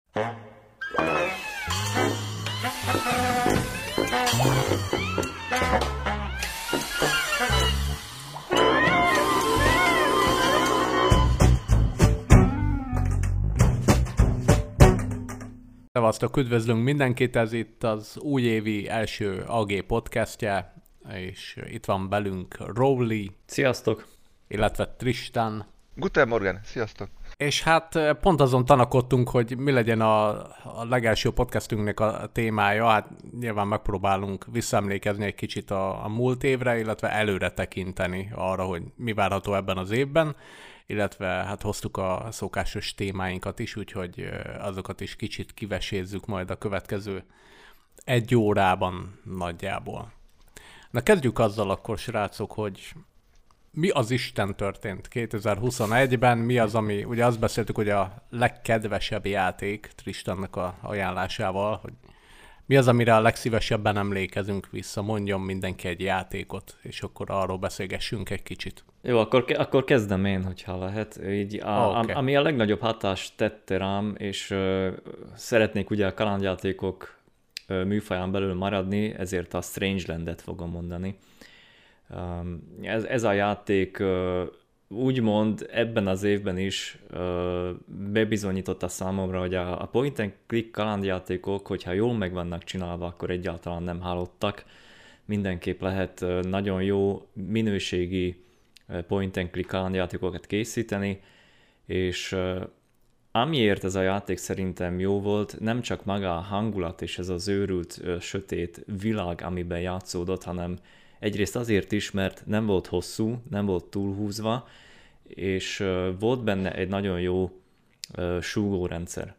Szevasztok, üdvözlünk mindenkit, ez itt az újévi első AG podcastje, és itt van velünk Rowley. Sziasztok! Illetve Tristan. Guten Morgen, sziasztok! És hát pont azon tanakodtunk, hogy mi legyen a legelső podcastünknek a témája. Hát nyilván megpróbálunk visszaemlékezni egy kicsit a múlt évre, illetve előre tekinteni arra, hogy mi várható ebben az évben, illetve hát hoztuk a szokásos témáinkat is, úgyhogy azokat is kicsit kivesézzük majd a következő egy órában nagyjából. Na kezdjük azzal akkor, srácok, hogy mi az Isten történt 2021-ben, mi az, ami, ugye azt beszéltük, hogy a legkedvesebb játék Tristannak a ajánlásával, hogy mi az, amire a legszívesebben emlékezünk vissza, mondjon mindenki egy játékot, és akkor arról beszélgessünk egy kicsit. Jó, akkor kezdem én, hogyha lehet. Így Okay. Ami a legnagyobb hatást tette rám, és szeretnék ugye a kalandjátékok műfaján belül maradni, ezért a Strangelandet fogom mondani. Ez a játék úgymond ebben az évben is bebizonyította számomra, hogy a point and click kalandjátékok, hogyha jól meg vannak csinálva, akkor egyáltalán nem hálódtak. Mindenképp lehet nagyon jó minőségi point and click kalandjátékokat készíteni, és amiért ez a játék szerintem jó volt, nem csak maga a hangulat és ez az őrült, sötét világ, amiben játszódott, hanem egyrészt azért is, mert nem volt hosszú, nem volt túlhúzva, és volt benne egy nagyon jó súgórendszer.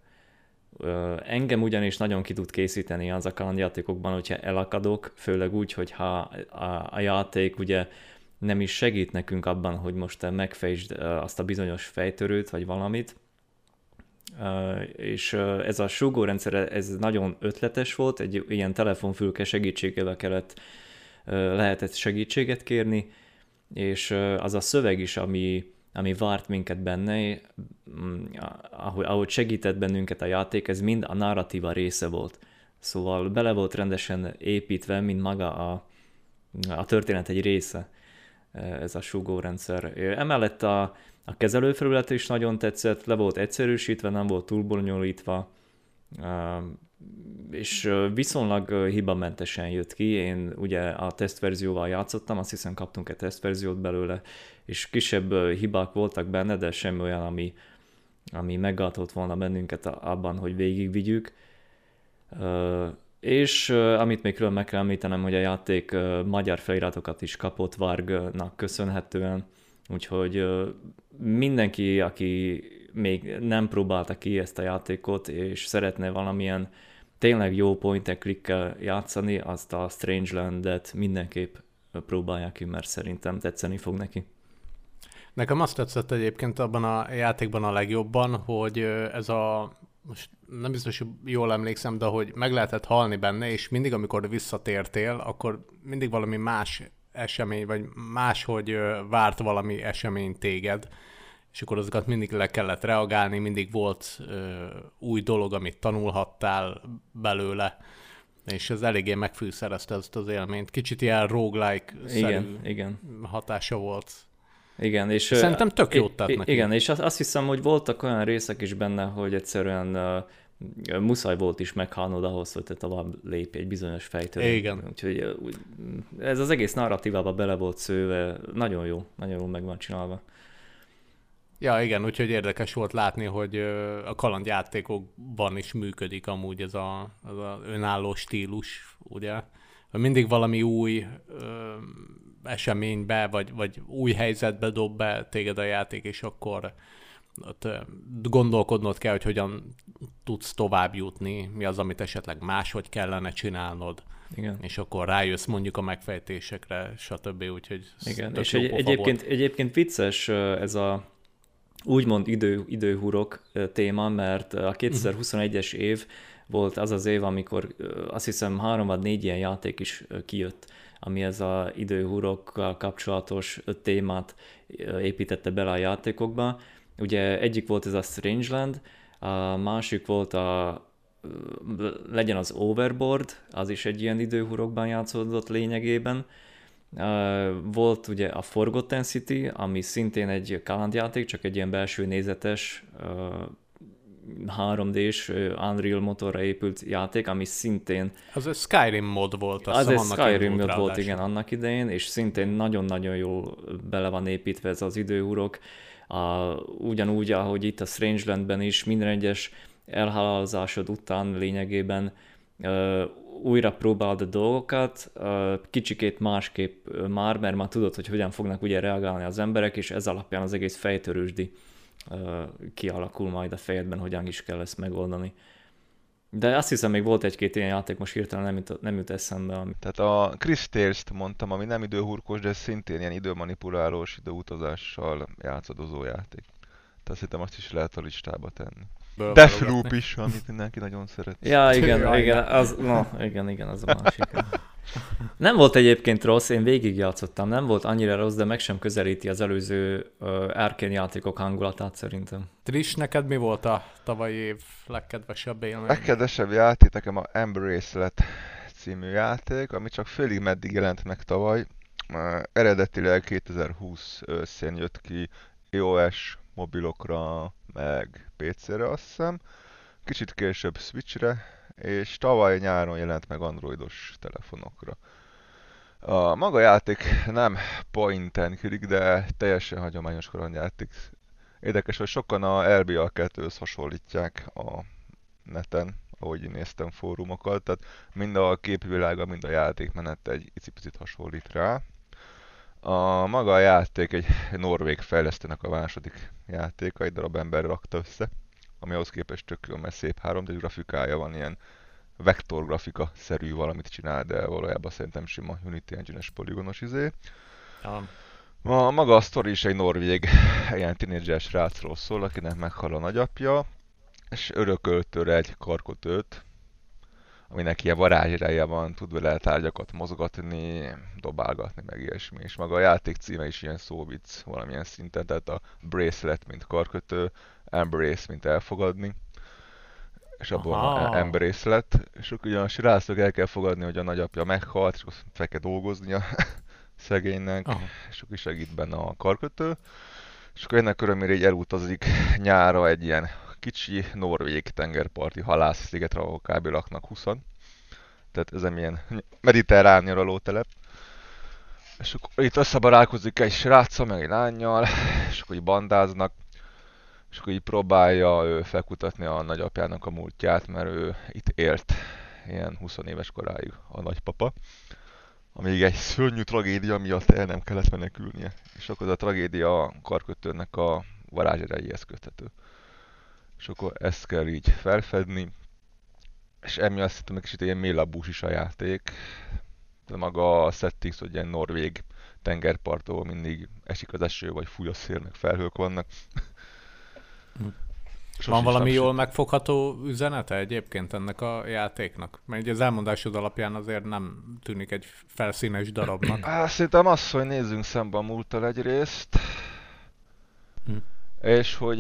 Engem ugyanis nagyon ki tud készíteni az a kalandjátékokban, hogyha elakadok, főleg úgy, hogyha a játék ugye nem is segít nekünk abban, hogy most te megfejtsd azt a bizonyos fejtörőt, vagy valamit. És ez a súgórendszer, ez nagyon ötletes volt, egy ilyen telefonfülke segítségével lehetett segítséget kérni, és az a szöveg is, ami várt minket benne, ahogy segített bennünket a játék, ez mind a narratíva része volt. Szóval bele volt rendesen építve, mint maga a történet egy része, ez a súgórendszer. Emellett a kezelőfelület is nagyon tetszett, le volt egyszerűsítve, nem volt túl bonyolítva, és viszonylag hibamentesen jött ki. Én ugye a tesztverzióval játszottam, azt hiszem kaptunk egy tesztverziót belőle, és kisebb hibák voltak benne, de semmi olyan, ami meggátolt volna bennünket abban, hogy végigvigyük. És amit még külön meg kell említenem, hogy a játék magyar feliratokat is kapott Vargnak köszönhetően, úgyhogy mindenki, aki még nem próbálta ki ezt a játékot, és szeretne valamilyen tényleg jó point and click-kel játszani, azt a Strangelandet mindenképp próbálják ki, mert szerintem tetszeni fog neki. Nekem azt tetszett egyébként abban a játékban a legjobban, hogy ez most nem biztos, hogy jól emlékszem, de hogy meg lehetett halni benne, és mindig, amikor visszatértél, akkor mindig valami más esemény, vagy máshogy várt valami esemény téged, és akkor azokat mindig le kellett reagálni, mindig volt új dolog, amit tanulhattál belőle, és ez eléggé megfűszerezte ezt az élményt. Kicsit ilyen roguelike-szerű hatása volt. Igen, és szerintem tök jót tett neki. Igen, és azt hiszem, hogy voltak olyan részek is benne, hogy egyszerűen muszáj volt is meghalnod ahhoz, hogy te tovább lépj egy bizonyos fejtőre. Igen. Úgyhogy ez az egész narratívába bele volt szőve, nagyon jó meg van csinálva. Ja, igen, úgyhogy érdekes volt látni, hogy a kalandjátékokban is működik amúgy ez az önálló stílus, ugye? Mindig valami új eseménybe, vagy új helyzetbe dob be téged a játék, és akkor ott gondolkodnod kell, hogy hogyan tudsz tovább jutni, mi az, amit esetleg máshogy kellene csinálnod. Igen. És akkor rájössz mondjuk a megfejtésekre, stb. Úgyhogy igen, és egyébként vicces ez a úgymond időhurok téma, mert a 2021-es év volt az az év, amikor azt hiszem 3 vagy 4 ilyen játék is kijött, ami ez az időhúrokkal kapcsolatos témát építette bele a játékokba. Ugye egyik volt ez a Strangeland, A másik volt legyen az Overboard, az is egy ilyen időhurokban játszódott lényegében. Volt ugye a Forgotten City, ami szintén egy kalandjáték, csak egy ilyen belső nézetes 3D-s Unreal motorra épült játék, ami szintén... Az egy Skyrim mod volt, az egy Skyrim mod volt, igen, annak idején, és szintén nagyon-nagyon jól bele van építve ez az időhurok. Ugyanúgy, ahogy itt a Strangelandben is, minden egyes elhalálozásod után lényegében újra próbáld a dolgokat, kicsikét másképp már, mert már tudod, hogy hogyan fognak ugye reagálni az emberek, és ez alapján az egész fejtörősdi kialakul majd a fejedben, hogyan is kell ezt megoldani. De azt hiszem, még volt egy-két ilyen játék, most hirtelen nem jut eszembe. Tehát a Chris Tales-t mondtam, ami nem időhurkos, de szintén ilyen időmanipulálós, időutazással játszadozó játék. Tehát szerintem azt is lehet a listába tenni. Deathloop is, amit mindenki nagyon szeret. Ja, igen, igen, az a másik. Nem volt egyébként rossz, én végigjátszottam, nem volt annyira rossz, de meg sem közelíti az előző Arkane játékok hangulatát szerintem. Trish, neked mi volt a tavalyi év legkedvesebb élmény? Legkedvesebb játék nekem a Embracelet című játék, ami csak félig meddig jelent meg tavaly. Eredetileg 2020 őszén jött ki iOS mobilokra, meg PC-re azt hiszem. Kicsit később Switchre, és tavaly nyáron jelent meg androidos telefonokra. A maga játék nem point and click, de teljesen hagyományos kalandjáték. Érdekes, hogy sokan a RBA 2-höz hasonlítják a neten, ahogy én néztem fórumokat, tehát mind a képvilága, mind a játékmenet egy icipicit hasonlít rá. A maga a játék egy norvég fejlesztőnek a második játéka, egy darab ember rakta össze, ami ahhoz képest tök jó, mert szép 3D grafikája van, ilyen vektor grafika-szerű valamit csinál, de valójában szerintem sima Unity Engine-es poligonos izé. Maga a sztori is egy norvég, ilyen tínédzser srácról szól, akinek meghal a nagyapja, és örököl tőle egy karkötőt, aminek ilyen varázsirája van, tud vele tárgyakat mozgatni, dobálgatni, meg ilyesmi. És maga a játék címe is ilyen szóvic valamilyen szinten, tehát a bracelet, mint karkötő, embrace, mint elfogadni, és abból embrace lett, és akkor ugyan a srácok el kell fogadni, hogy a nagyapja meghalt, és akkor fel kell dolgoznia szegénynek, és akkor segít benne a karkötő, és akkor ennek örömére így elutazik nyára egy ilyen kicsi norvég tengerparti halászigetre, ahol kb. Laknak 20-an. Tehát ez egy ilyen mediterrán nyaralótelep. És akkor itt összebarálkozik egy sráccal, meg egy lánnyal, és akkor így bandáznak, és akkor így próbálja ő felkutatni a nagyapjának a múltját, mert ő itt élt ilyen 20 éves koráig a nagypapa. Amíg egy szörnyű tragédia miatt el nem kellett menekülnie. És akkor az a tragédia a karkötőnek a varázserejéhez köthető. És akkor ezt kell így felfedni, és emiatt szerintem egy kicsit ilyen mélabús is a játék. De maga a settings, hogy ilyen norvég tengerparton mindig esik az eső, vagy fúj a szél, meg felhők vannak. Van valami jól megfogható üzenete egyébként ennek a játéknak? Mert az elmondásod alapján azért nem tűnik egy felszínes darabnak. Szerintem az, hogy nézzünk szembe a múlttal egyrészt, és hogy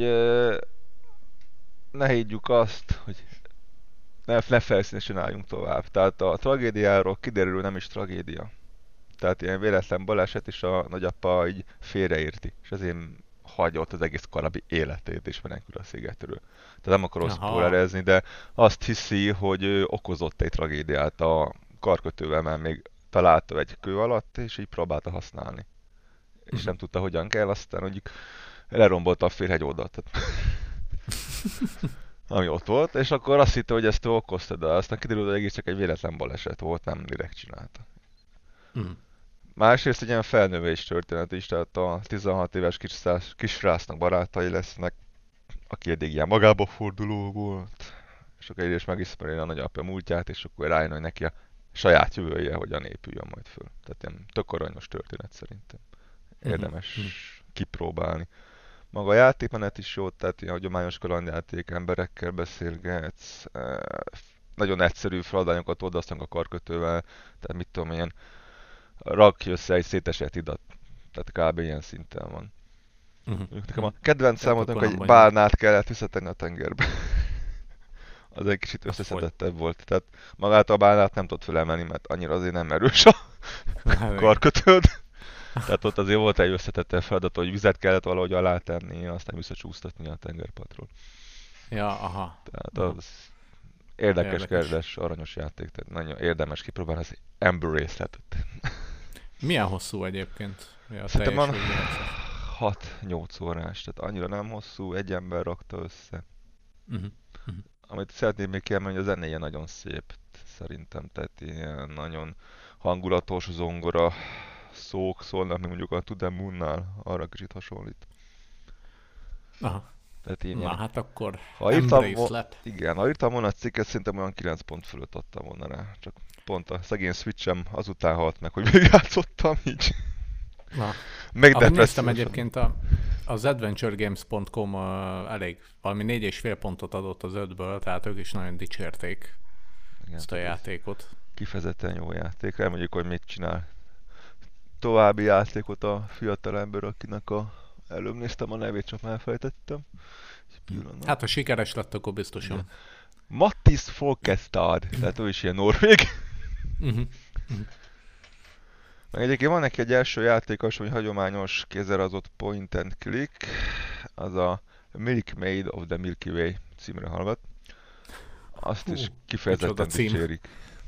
ne higgyük azt, hogy ne felszínesen álljunk tovább. Tehát a tragédiáról kiderül nem is tragédia. Tehát ilyen véletlen baleset, és a nagyapa így félreérti, és ezért hagyott az egész korábbi életét, és menekül a szigetről. Tehát nem akarok spoilerezni, de azt hiszi, hogy ő okozott egy tragédiát a karkötővel, mert még találta egy kő alatt, és így próbálta használni. És nem tudta, hogyan kell, aztán mondjuk lerombolta a félhegy oldalt. Ami ott volt, és akkor azt hitte, hogy ezt ő okozta, de aztán kiderült, hogy egész csak egy véletlen baleset volt, nem direkt csinálta. Másrészt egy ilyen felnövés történet is, tehát a 16 éves kisrácnak barátai lesznek, aki eddig ilyen magába forduló volt, és akkor egyrészt megismeri a nagyapja múltját, és akkor rájön, hogy neki a saját jövője hogyan épüljön majd föl. Tehát ilyen tök aranyos történet szerintem. Érdemes kipróbálni. Maga a játékmenet is jó, tehát ilyen hagyományos kalandjáték, emberekkel beszélgetsz, nagyon egyszerű feladványokat oldasztanak a karkötővel, tehát mit tudom, ilyen rakj össze egy szétesett idat, tehát kb. Ilyen szinten van. Nekem a kedvenc számodnak egy bálnát kellett visszatenni a tengerbe. az egy kicsit összeszedettebb volt. Tehát magát a bálnát nem tudott fölemelni, mert annyira azért nem erős a karkötőd. Tehát ott azért volt egy összetettebb feladat, hogy vizet kellett valahogy alátenni, aztán visszacsúsztatni a tengerpartról. Ja, aha. Tehát az érdekes, kedves, aranyos játék, tehát nagyon érdemes kipróbálni az Ember Racelet-et. Milyen hosszú egyébként? Szerintem van 6-8 órás, tehát annyira nem hosszú, egy ember rakta össze. Amit szeretném még kiemelni, hogy a zenéje nagyon szép, szerintem, tehát ilyen nagyon hangulatos zongora szók szólnak, még mondjuk a To The Moon-nál arra kicsit hasonlít. Aha. Tehát én Na hát akkor ha írtam volna a cikket, szerintem olyan 9 pont fölött adtam volna rá. Csak pont a szegény Switchem azután halt meg, hogy végigjátszottam így. Na, ahogy néztem egyébként az adventuregames.com elég valami 4,5 pontot adott az 5-ből, tehát ők is nagyon dicsérték ezt a játékot. Kifejezetten jó játék. Elmondjuk, hogy mit csinál további játékot a fiatalember, akinek előbb néztem a nevét, csak elfelejtettem. Hát ha sikeres lett, akkor biztosan. Igen. Mattis Folkestad, tehát ő is ilyen norvég. Meg egyébként van neki egy első játékos, hogy hagyományos kézzelrajzolt point and click, az a Milkmaid of the Milky Way címre hallgat. Azt is kifejezetten dicsérik.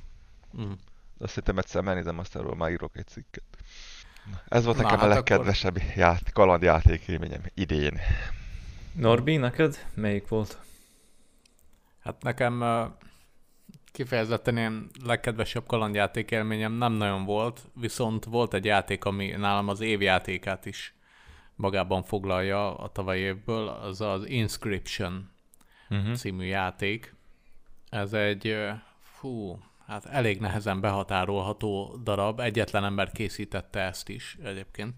De azt hiszem egyszer megnézem, aztán arról már írok egy cikket. Ez volt nekem a legkedvesebb kalandjáték élményem idén. Norbi, neked melyik volt? Hát nekem kifejezetten ilyen legkedvesebb kalandjáték élményem nem nagyon volt, viszont volt egy játék, ami nálam az évjátékát is magában foglalja a tavalyi évből, az az Inscription című játék. Ez egy, hát elég nehezen behatárolható darab, egyetlen ember készítette ezt is egyébként.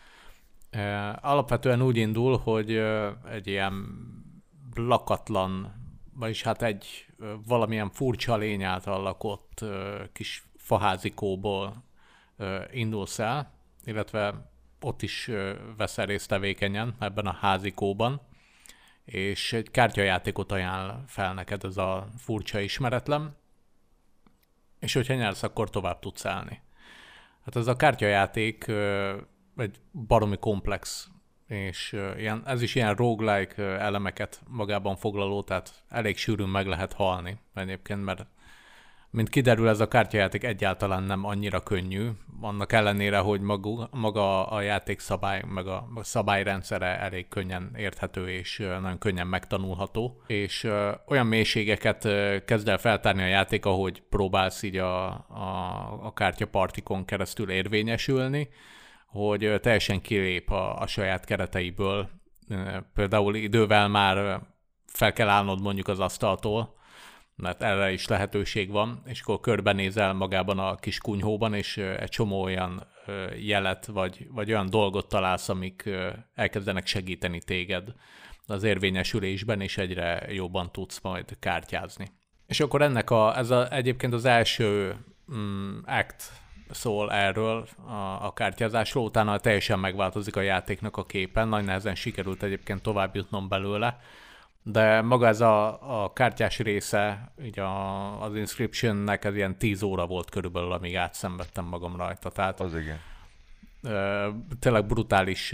Alapvetően úgy indul, hogy egy ilyen lakatlan, vagyis hát egy valamilyen furcsa lény által lakott kis faházikóból indulsz el, illetve ott is veszel részt tevékenyen ebben a házikóban, és egy kártyajátékot ajánl fel neked ez a furcsa ismeretlen, és hogyha nyersz, akkor tovább tudsz állni. Hát ez a kártyajáték egy baromi komplex, és ez is ilyen roguelike elemeket magában foglaló, tehát elég sűrűn meg lehet halni egyébként, mert mint kiderül, ez a kártyajáték egyáltalán nem annyira könnyű, annak ellenére, hogy maga a játékszabály, meg a szabályrendszere elég könnyen érthető és nagyon könnyen megtanulható, és olyan mélységeket kezd el feltárni a játék, ahogy próbálsz így a kártyapartikon keresztül érvényesülni, hogy teljesen kilép a saját kereteiből. Például idővel már fel kell állnod mondjuk az asztaltól, mert erre is lehetőség van, és akkor körbenézel magában a kis kunyhóban, és egy csomó olyan jelet, vagy olyan dolgot találsz, amik elkezdenek segíteni téged az érvényesülésben, és egyre jobban tudsz majd kártyázni. És akkor egyébként az első act szól erről a kártyázásról, utána teljesen megváltozik a játéknak a képen, nagy nehezen sikerült egyébként tovább jutnom belőle, de maga ez a kártyás része, így az Inscriptionnek ez ilyen 10 óra volt körülbelül, amíg átszenvedtem magam rajta. Tehát, az igen. Tényleg brutális.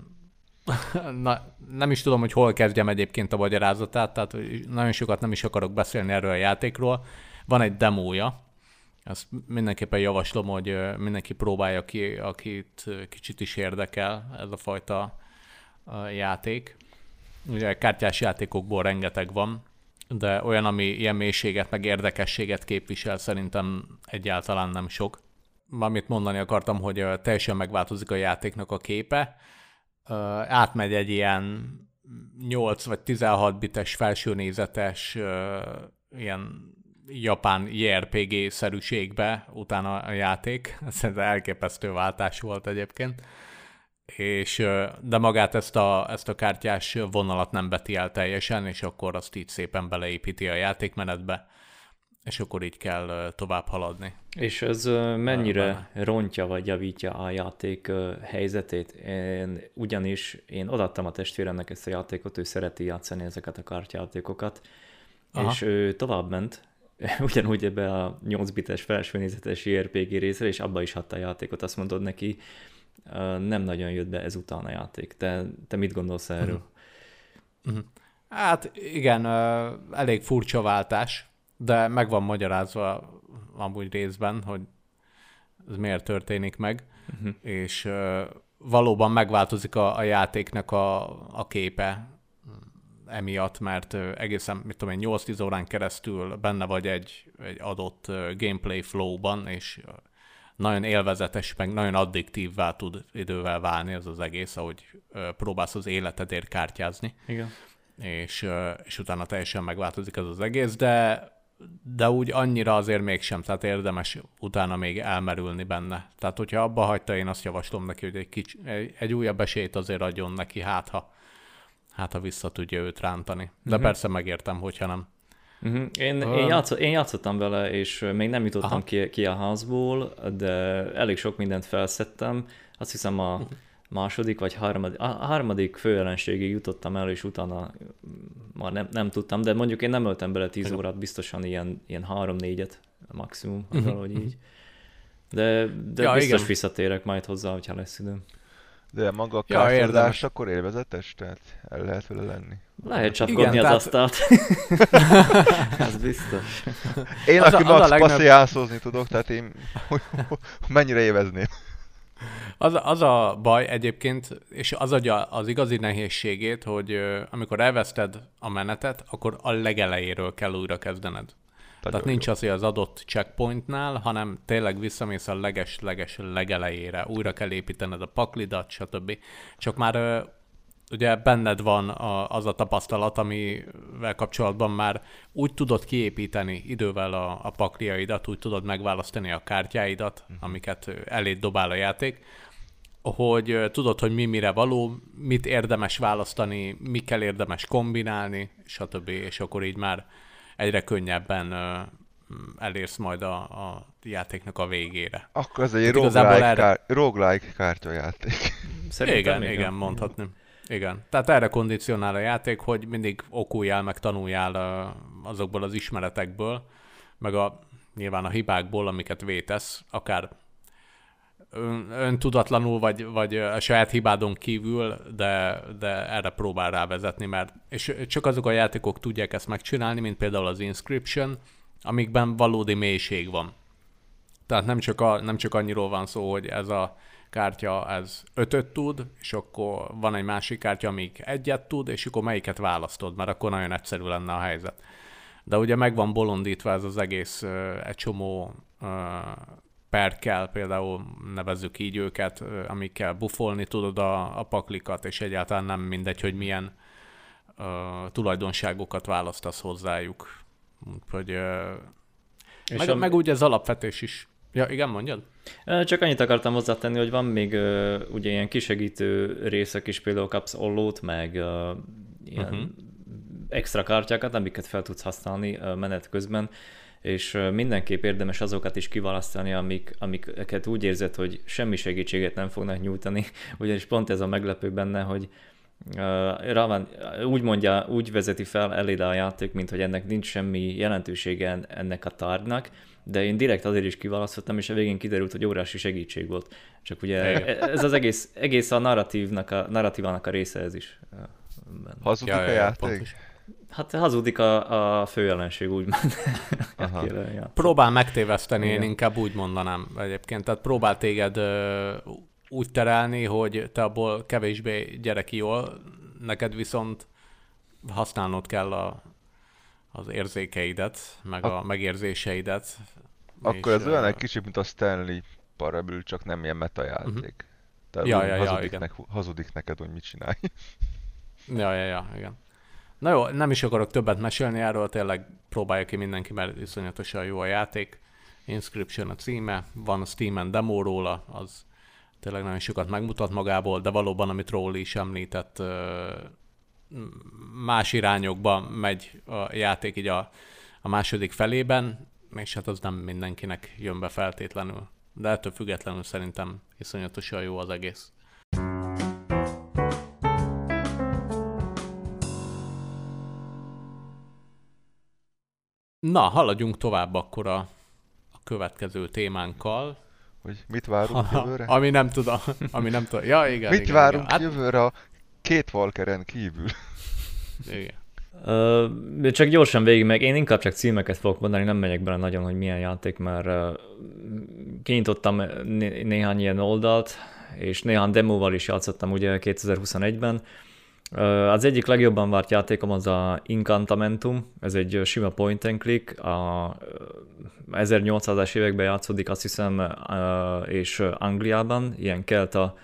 Nem is tudom, hogy hol kezdjem egyébként a magyarázatát, tehát nagyon sokat nem is akarok beszélni erről a játékról. Van egy demója, ezt mindenképpen javaslom, hogy mindenki próbálja ki, akit kicsit is érdekel ez a fajta játék. Ugye kártyás játékokból rengeteg van, de olyan, ami ilyen mélységet, meg érdekességet képvisel, szerintem egyáltalán nem sok. Amit mondani akartam, hogy teljesen megváltozik a játéknak a képe, átmegy egy ilyen 8 vagy 16 bites felsőnézetes ilyen japán JRPG-szerűségbe utána a játék. Szerintem elképesztő váltás volt egyébként. De magát ezt a kártyás vonalat nem veti el teljesen, és akkor azt így szépen beleépíti a játékmenetbe, és akkor így kell tovább haladni. És ez mennyire rontja vagy javítja a játék helyzetét? Ugyanis én odaadtam a testvéremnek ezt a játékot, ő szereti játszani ezeket a kártyajátékokat, és ő tovább ment, ugyanúgy ebbe a 8 bites felsőnézetes JRPG részre, és abba is hagyta a játékot, azt mondod neki, nem nagyon jött be ezután a játék. Te mit gondolsz erről? Hát igen, elég furcsa váltás, de meg van magyarázva amúgy részben, hogy ez miért történik meg, és valóban megváltozik a játéknak a képe emiatt, mert egészen, mit tudom én, 8-10 órán keresztül benne vagy egy adott gameplay flow-ban, és nagyon élvezetes, meg nagyon addiktívvá tud idővel válni ez az egész, ahogy próbálsz az életedért kártyázni. Igen. És utána teljesen megváltozik ez az egész, de úgy annyira azért mégsem, tehát érdemes utána még elmerülni benne. Tehát, hogyha abba hagyta, én azt javaslom neki, hogy egy újabb esélyt azért adjon neki, hát ha vissza tudja őt rántani. De persze megértem, hogyha nem. Én játszottam vele, és még nem jutottam ki a házból, de elég sok mindent felszettem. Azt hiszem a második vagy harmadik főellenségig jutottam el, és utána már nem tudtam, de mondjuk én nem öltem bele 10 órát, biztosan ilyen 3-4-et maximum, valahogy így. De biztos igen. Visszatérek majd hozzá, hogyha lesz időm. De maga a kártyázás akkor élvezetes? Tehát el lehet vele lenni? Lehet csapkodni az asztalt. Ez biztos. Én, aki max passziászózni tudok, tehát én mennyire élvezném. Az a baj egyébként, és az adja az igazi nehézségét, hogy amikor elveszted a menetet, akkor a legelejéről kell újra kezdened. Tehát nincs az, hogy az adott checkpointnál, hanem tényleg visszamész a leges legelejére, újra kell építened a paklidat, stb. Csak már ugye benned van az a tapasztalat, amivel kapcsolatban már úgy tudod kiépíteni idővel a pakliaidat, úgy tudod megválasztani a kártyáidat, amiket eléd dobál a játék, hogy tudod, hogy mire való, mit érdemes választani, mikkel érdemes kombinálni, stb. És akkor így már egyre könnyebben elérsz majd a játéknak a végére. Akkor ez egy roguelike kártyajáték. Igen, mondhatném. Igen. Tehát erre kondicionál a játék, hogy mindig okuljál, meg tanuljál azokból az ismeretekből, meg nyilván a hibákból, amiket vétesz, akár öntudatlanul, vagy a saját hibádon kívül, de erre próbál rávezetni, és csak azok a játékok tudják ezt megcsinálni, mint például az Inscription, amikben valódi mélység van. Tehát nem csak annyiról van szó, hogy ez a kártya ez 5-öt tud, és akkor van egy másik kártya, amik 1-et tud, és akkor melyiket választod, mert akkor nagyon egyszerű lenne a helyzet. De ugye meg van bolondítva ez az egész egy csomó perkkel, például nevezzük így őket, amikkel bufolni tudod a paklikat, és egyáltalán nem mindegy, hogy milyen tulajdonságokat választasz hozzájuk. Úgyhogy meg úgy az alapvetés is. Ja, igen, mondjad? Csak annyit akartam hozzátenni, hogy van még ugye ilyen kisegítő részek is, például kapsz ollót, meg ilyen extra kártyákat, amiket fel tudsz használni menet közben, és mindenképp érdemes azokat is kiválasztani, amiket úgy érzed, hogy semmi segítséget nem fognak nyújtani, ugyanis pont ez a meglepő benne, hogy úgy vezeti fel eléd a játék, mint hogy ennek nincs semmi jelentősége ennek a tárgynak, de én direkt azért is kiválasztottam, és a végén kiderült, hogy óriási segítség volt. Csak ugye ez az egész a narratívának a része ez is. Hazudik a játék? Hát hazudik a főellenség, úgymond. Próbál megtéveszteni, én inkább úgy mondanám egyébként. Tehát próbál téged úgy terelni, hogy te abból kevésbé gyere ki jól, neked viszont használnod kell az érzékeidet, meg a megérzéseidet. Akkor ez olyan egy kicsit, mint a Stanley Parable, csak nem ilyen metajáték. Tehát hazudik neked, hogy mit csinálj. Ja, igen. Na jó, nem is akarok többet mesélni erről, tényleg próbálja ki mindenki, mert iszonyatosan jó a játék. Inscription a címe, van a Steam-en demo róla, az tényleg nagyon sokat megmutat magából, de valóban, amit Róli is említett, más irányokba megy a játék így a második felében, és hát az nem mindenkinek jön be feltétlenül. De ettől függetlenül szerintem iszonyatosan jó az egész. Na, haladjunk tovább akkor a következő témánkkal. Hogy mit várunk jövőre? Ami nem tudom. Ja, igen. Mit igen, várunk igen. jövőre a két Walkeren kívül? Igen. Csak gyorsan végig, meg én inkább csak címeket fogok mondani, nem megyek bele nagyon, hogy milyen játék, mert kinyitottam néhány ilyen oldalt, és néhány demóval is játszottam ugye 2021-ben. Az egyik legjobban várt játékom az a Incantamentum, ez egy sima point and click, a 1800-as években játszódik, azt hiszem, és Angliában, ilyen kelta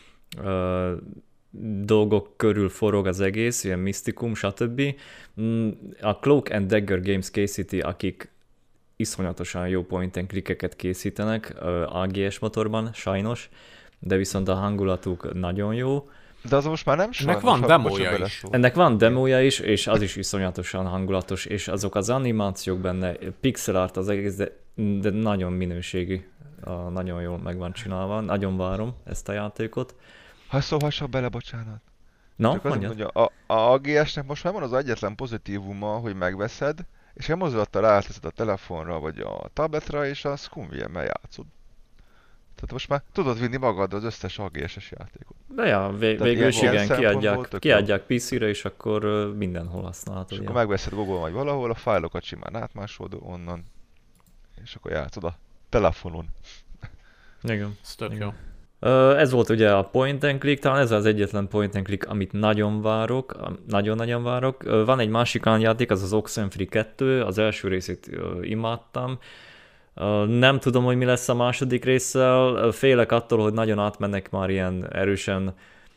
dolgok körül forog az egész, ilyen misztikum, stb. A Cloak and Dagger Games készíti, akik iszonyatosan jó point and clickeket készítenek AGS motorban, sajnos, de viszont a hangulatuk nagyon jó. De az most már nem sajnos. Ennek van demója is. Ennek van demója is, és az is iszonyatosan hangulatos, és azok az animációk benne, pixel art az egész, de nagyon minőségi, nagyon jól meg van csinálva, nagyon várom ezt a játékot. Ha szólhassak bele, bocsánat. No, csak azt mondja, a AGS-nek most már van az egyetlen pozitívuma, hogy megveszed, és egy mozdulattal ráteszed a telefonra, vagy a tabletre, és a ScumVM-mel játszod. Tehát most már tudod vinni magaddal az összes AGS-es játékot. De ja, végül is igen, kiadják PC-re, és akkor mindenhol használhatod. És akkor megveszed Google vagy valahol, a fájlokat simán átmásolod onnan, és akkor játszod a telefonon. Igen. Ez tök jó. Ez volt ugye a point and click, talán ez az egyetlen point and click, amit nagyon várok, nagyon-nagyon várok. Van egy másik olyan játék, az az Oxenfree 2, az első részét imádtam. Nem tudom, hogy mi lesz a második résszel, félek attól, hogy nagyon átmennek már ilyen erősen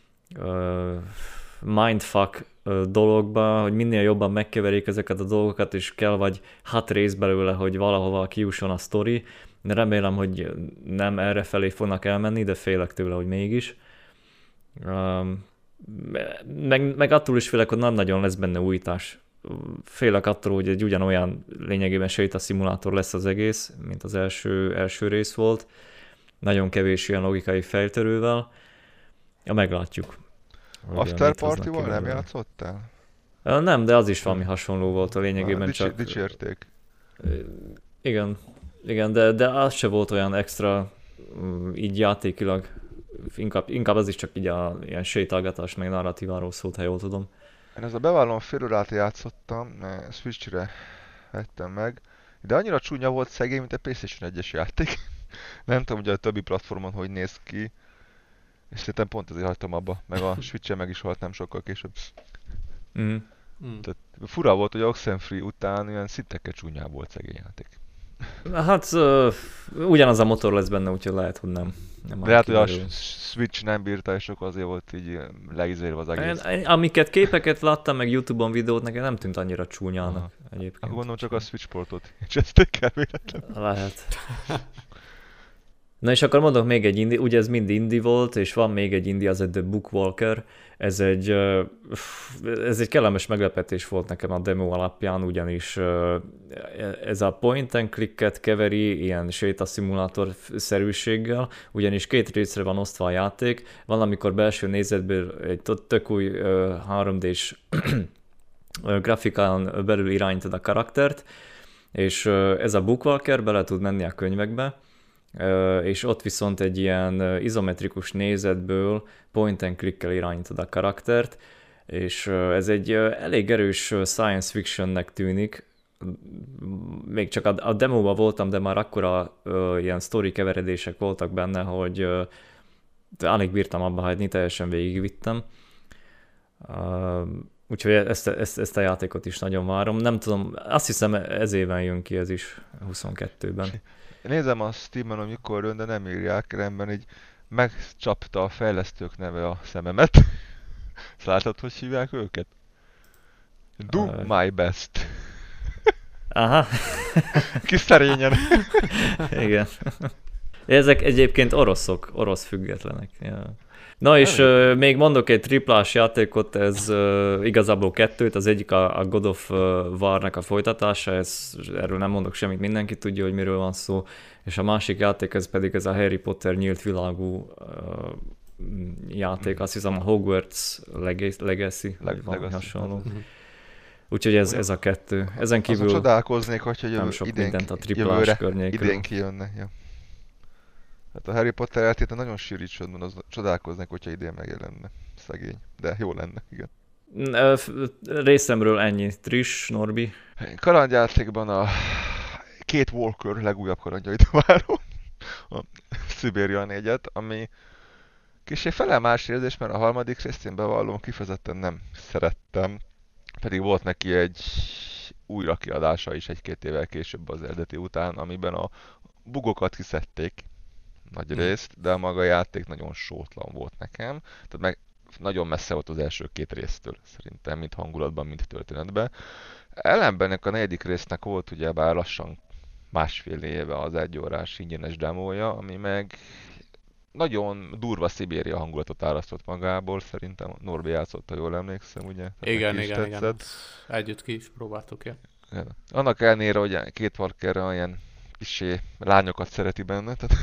mindfuck dologba, hogy minél jobban megkeverik ezeket a dolgokat, és kell vagy 6 rész belőle, hogy valahova kiusson a sztori. Remélem, hogy nem erre felé fognak elmenni, de félek tőle, hogy mégis. Meg attól is félek, hogy nem nagyon lesz benne újítás. Félek attól, hogy egy ugyanolyan lényegében sétaszimulátor lesz az egész, mint az első rész volt. Nagyon kevés ilyen logikai fejtörővel. Ja, meglátjuk. After Party-val nem játszottál? Nem, de az is valami hasonló volt a lényegében, csak... Dicsérték. Igen, de az se volt olyan extra így játékilag. Inkább az is csak így ilyen sétálgatás, meg narratíváról szólt, ha jól tudom. Én ez a bevallom fél órát játszottam, Switch-re vettem meg, de annyira csúnya volt szegény, mint egy PlayStation 1-es játék. Nem tudom, hogy a többi platformon hogy néz ki, és szerintem pont ezért hagytam abba, meg a Switch-en meg is halt nem sokkal később. Tehát fura volt, hogy Oxenfree után olyan szintekkel csúnyább volt szegény játék. Hát ugyanaz a motor lesz benne, úgyhogy lehet, hogy nem de hát, hogy a Switch nem bírta, és akkor azért volt így leizélve az egész. Amiket képeket láttam, meg YouTube-on videót, nekem nem tűnt annyira csúnyának egyébként. Akkor gondolom csak a Switch portot cseszték el véletlenül. Lehet. Na és akkor mondok még egy indie, ugye ez mind indie volt, és van még egy indie, az egy The Bookwalker. Ez egy kellemes meglepetés volt nekem a demo alapján, ugyanis ez a point and clicket keveri ilyen sétaszimulátor szerűséggel, ugyanis 2 részre van osztva a játék. Van, amikor belső nézetből egy tök új 3D-s grafikán belül irányítod a karaktert, és ez a Bookwalker bele tud menni a könyvekbe, és ott viszont egy ilyen izometrikus nézetből point and click-kel irányítod a karaktert, és ez egy elég erős science fictionnek tűnik. Még csak a demóban voltam, de már akkora ilyen sztori keveredések voltak benne, hogy alig bírtam abba hagyni, teljesen végigvittem. Úgyhogy ezt a játékot is nagyon várom. Nem tudom, azt hiszem ez éven jön ki ez is, 22-ben. Nézem a Steam-en, hogy mikor jön, de nem írják, rendben így megcsapta a fejlesztők neve a szememet. Látod, hogy hívják őket? Do my best. Aha. Kis szerényen. Igen. Ezek egyébként orosz függetlenek. Ja. Na és még mondok egy triplás játékot, ez igazából 2, az egyik a God of War-nak a folytatása, erről nem mondok semmit, mindenki tudja, hogy miről van szó, és a másik játék ez pedig ez a Harry Potter nyílt világú játék, azt hiszem a Hogwarts Legacy, vagy valami hasonló. Úgyhogy ez a kettő. Ezen Azon kívül csodálkoznék, hogyha nem sok mindent a triplás jövőre környékről. idén kijönne. Ja. Hát a Harry Potter eltéten nagyon sűrít, az csodálkoznék, hogyha idén megjelenne. Szegény. De jó lenne, igen. Részemről ennyi. Trish, Norbi. Kalandjátékban a Kate Walker legújabb kalandjait várom. A Szibéria 4-et, ami kicsit fele más érzés, mert a harmadik részt én bevallom, kifejezetten nem szerettem. Pedig volt neki egy újrakiadása is egy-két évvel később az eredeti után, amiben a bugokat kiszedték nagy részt, de maga a játék nagyon sótlan volt nekem. Tehát meg nagyon messze volt az első két résztől, szerintem, mind hangulatban, mind történetben. Ellenben a negyedik résznek volt ugyebár lassan másfél éve az egyórás ingyenes demója, ami meg nagyon durva Szibéria hangulatot árasztott magából, szerintem Norbi játszott, ha jól emlékszem, ugye? Igen. Együtt ki is próbáltuk, ja. Annak ellenére, hogy Kate Walker olyan kicsi lányokat szereti benne, tehát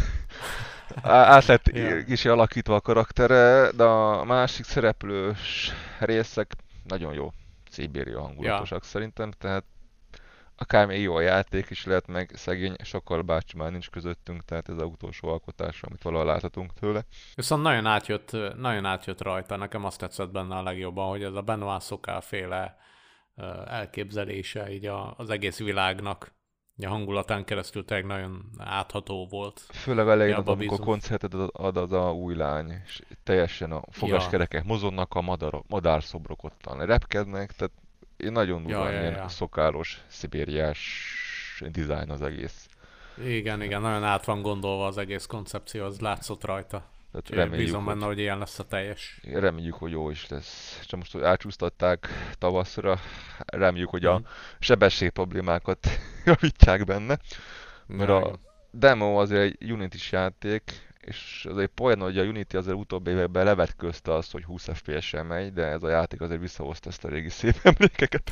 át lett kicsi alakítva a karaktere, de a másik szereplős részek nagyon jó Szibéria hangulatosak szerintem, tehát akár még jó a játék is lehet, meg szegény sokkal bácsi már nincs közöttünk, tehát ez az utolsó alkotás, amit valahol láthatunk tőle. Viszont nagyon átjött rajta, nekem azt tetszett benne a legjobban, hogy ez a Benoit Sokal féle elképzelése így az egész világnak, a hangulatán keresztül tényleg nagyon átható volt. Főleg elején, amikor koncertet ad az a új lány, és teljesen a fogaskerekek mozognak, a madárszobrok ottan repkednek, tehát nagyon durván ilyen szokálos, szibériás dizájn az egész. Igen, nagyon át van gondolva az egész koncepció, az látszott rajta. Bízom benne, hogy ilyen lesz a teljes. Reméljük, hogy jó is lesz. Csak most, hogy elcsúsztatták tavaszra, reméljük, hogy a sebesség problémákat javítják benne. Mert a demo azért egy Unity-s játék, és azért poén, hogy a Unity azért utóbbi években levetközte azt, hogy 20 FPS-en megy, de ez a játék azért visszahozta ezt a régi szép emlékeket.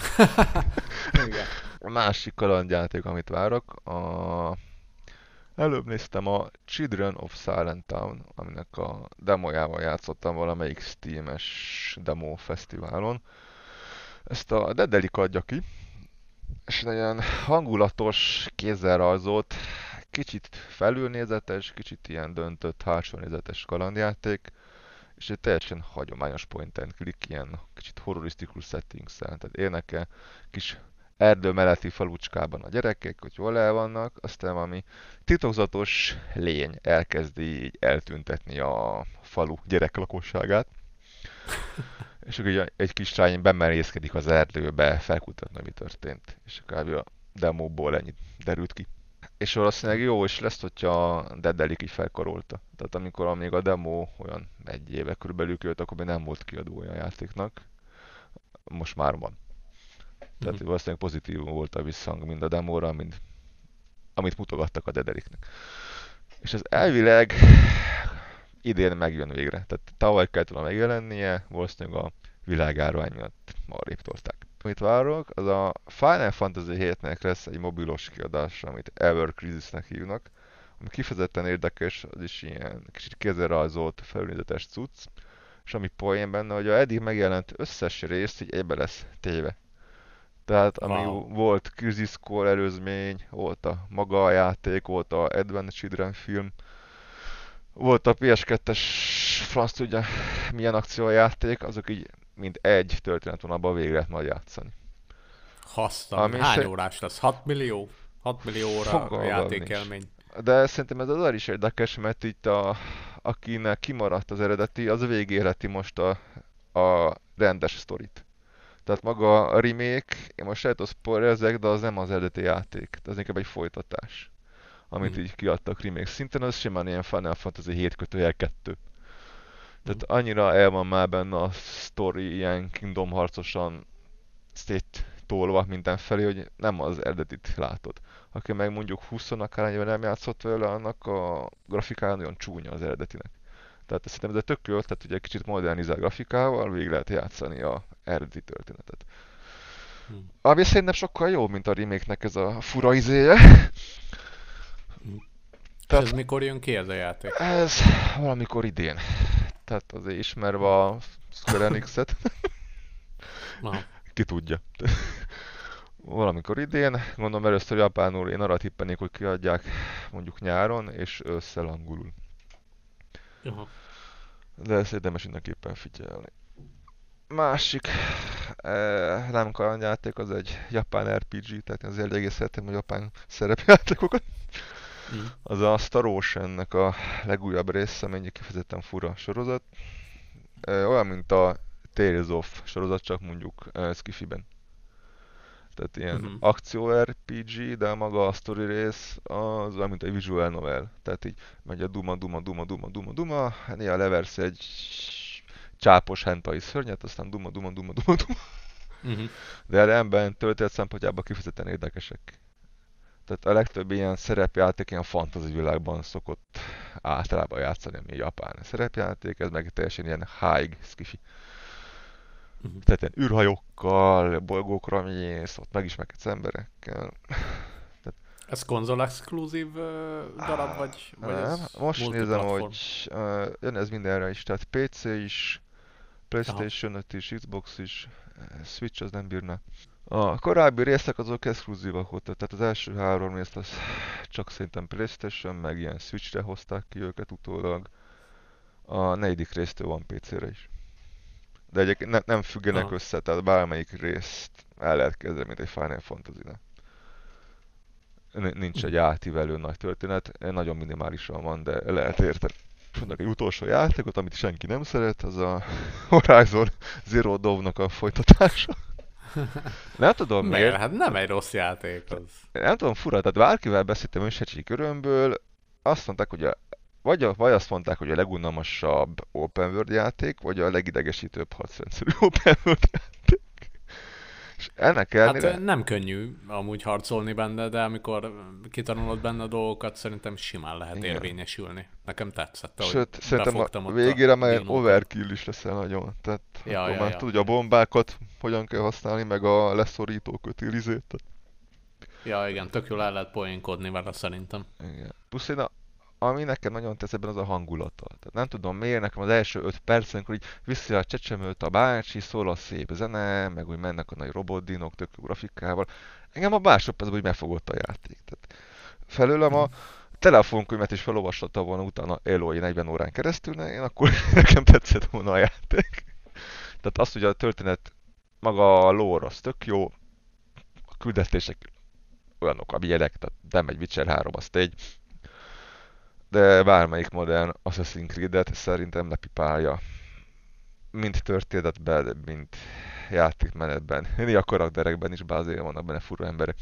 A másik kalandjáték, amit várok, előbb néztem a Children of Silent Town, aminek a demójával játszottam valamelyik Steam-es demo fesztiválon. Ezt a Dedelic adja ki, és nagyon hangulatos, kézzel rajzolt, kicsit felülnézetes, kicsit ilyen döntött, hátsónézetes kalandjáték, és egy teljesen hagyományos point and click, ilyen kicsit horrorisztikus settings-el, tehát élnek kis erdő melletti falucskában a gyerekek, hogy jól el vannak, aztán valami titokzatos lény elkezdi így eltüntetni a falu gyereklakosságát. És akkor egy kis lány bemerészkedik az erdőbe felkutatni, mi történt. És kb. A demóból ennyit derült ki. És valószínűleg jó is lesz, hogyha a Dedelic így felkarolta. Tehát amikor még a demo olyan egy éve körülbelül jött, akkor még nem volt kiadója a játéknak. Most már van. Tehát valószínűleg pozitív volt a visszhang mind a demóra, amit mutogattak a Dedelicnek. És ez elvileg idén megjön végre. Tehát tavaly kellett volna megjelennie, valószínűleg a világárány miatt arrébb tolták. Amit várok, az a Final Fantasy 7-nek lesz egy mobilos kiadás, amit Ever Crisisnek hívnak, ami kifejezetten érdekes, az is ilyen kicsit kézzelrajzolt, felülnézetes cucc, és ami poén benne, hogy a eddig megjelent összes rész így egybe lesz téve. Tehát ami volt Crisis Core előzmény, volt a maga a játék, volt a Advent Children film, volt a PS2-es franc tudja milyen akciójáték, azok így mind egy történetvonalban végre lehet majd játszani. Hány órás lesz? 6 millió? 6 millió óra játékelmény. De szerintem ez az is érdekes, mert itt akinek kimaradt az eredeti, az végélheti most a rendes sztorit. Tehát maga a remake, én most lehet, hogy spoilerzek, de az nem az eredeti játék. Ez inkább egy folytatás, amit így kiadtak remake szinten, az simán ilyen Final Fantasy 7/2. Tehát annyira el van már benne a sztori, ilyen Kingdom Hearts-osan széttolva mindenfelé, hogy nem az eredetit látod. Aki meg mondjuk 20 akárhányban nem játszott vele, annak a grafikája nagyon csúnya az eredetinek. Tehát szerintem ez tök jó, tehát ugye kicsit modernizál grafikával, végig lehet játszani a eredeti történetet. Ami szerintem sokkal jobb, mint a remake-nek ez a fura izéje. Tehát, ez mikor jön ki ez a játék? Ez valamikor idén. Tehát azért ismerve a Square Enix-et. Ki tudja. valamikor idén. Gondolom először japánul, én arra tippenék, hogy kiadják mondjuk nyáron, és ősszel angolul. Aha. De ezt érdemes mindenképpen figyelni. Másik nem kalandjáték, az egy japán RPG, tehát én azért egész szeretem a japán szerepjátékokat. Mm. Az a Star Ocean-nek a legújabb része, amennyi kifejezetten fura sorozat. Olyan, mint a Tales of sorozat, csak mondjuk skifiben. Tehát ilyen Uh-huh. akció RPG, de maga a story rész az olyan, mint egy visual novel. Tehát így megy a duma, néha leversz egy csápos hentai szörnyet, aztán duma. Uh-huh. De ellenben történet szempontjából kifejezetten érdekesek. Tehát a legtöbb ilyen szerepjáték ilyen fantasy világban szokott általában játszani, ami a japán szerepjáték, ez meg teljesen ilyen high skifi. Uh-huh. Tehát ilyen űrhajókkal, bolygókra mész, ott megismerkedsz emberekkel. Ez konzol exkluzív darab, vagy Nem, ez most nézem, multiplatform? hogy jön ez mindenre is, tehát PC is, Aha. PlayStation 5 is, Xbox is, Switch az nem bírna. A korábbi részek azok exkluzívak voltak, tehát az első három részt az csak szerintem PlayStation, meg ilyen Switchre hozták ki őket utólag. A negyedik résztől van PC-re is. De egyébként nem függenek Aha. össze, tehát bármelyik részt el lehet kezdeni, mint egy Final Fantasy-nál. Nincs egy átívelő nagy történet, nagyon minimálisan van, de lehet érteni. És vannak egy utolsó játékot, amit senki nem szeret, az a Horizon Zero Dawn-nak a folytatása. Nem tudom Miért? miért, Hát nem egy rossz játék az. nem tudom, fura, tehát bárkivel beszéltem ősecsi körömből, azt mondták, hogy vagy azt mondták, hogy a legunalmasabb open world játék, vagy a legidegesítőbb harcrendszerű open world játék. És ennek ellenére... Hát nem könnyű amúgy harcolni benne, de amikor kitanulod benne a dolgokat, szerintem simán lehet Igen. érvényesülni. Nekem tetszett, ahogy Sőt, szerintem befogtam a ott végére már dinókat. overkill is leszel nagyon. Tehát akkor már tudja a Ja. bombákat hogyan kell használni, meg a leszorító kötélizét. Ja, igen, tök jól el lehet poénkodni vele szerintem. Igen. Plusz ami nekem nagyon tesz ebben, az a hangulata. Tehát nem tudom miért, nekem az első 5 percen, amikor így viszi a csecsemőt a bácsi, szól a szép zene, meg úgy mennek a nagy robotdinok, tök jó grafikával. Engem a másodpercben úgy megfogott a játék. Tehát felőlem a telefonkönyvet is felolvashatta volna utána Eloy 40 órán keresztül, én akkor nekem tetszett volna a játék. Tehát azt, hogy a történet, maga a lore az tök jó, a küldetések olyanok, amilyenek, tehát nem egy Witcher 3, azt egy, de bármelyik modern Assassin's Creed-et szerintem lepipálja. Mind történetben, mind játékmenetben. A karakterekben is, bár azért vannak benne fura emberek.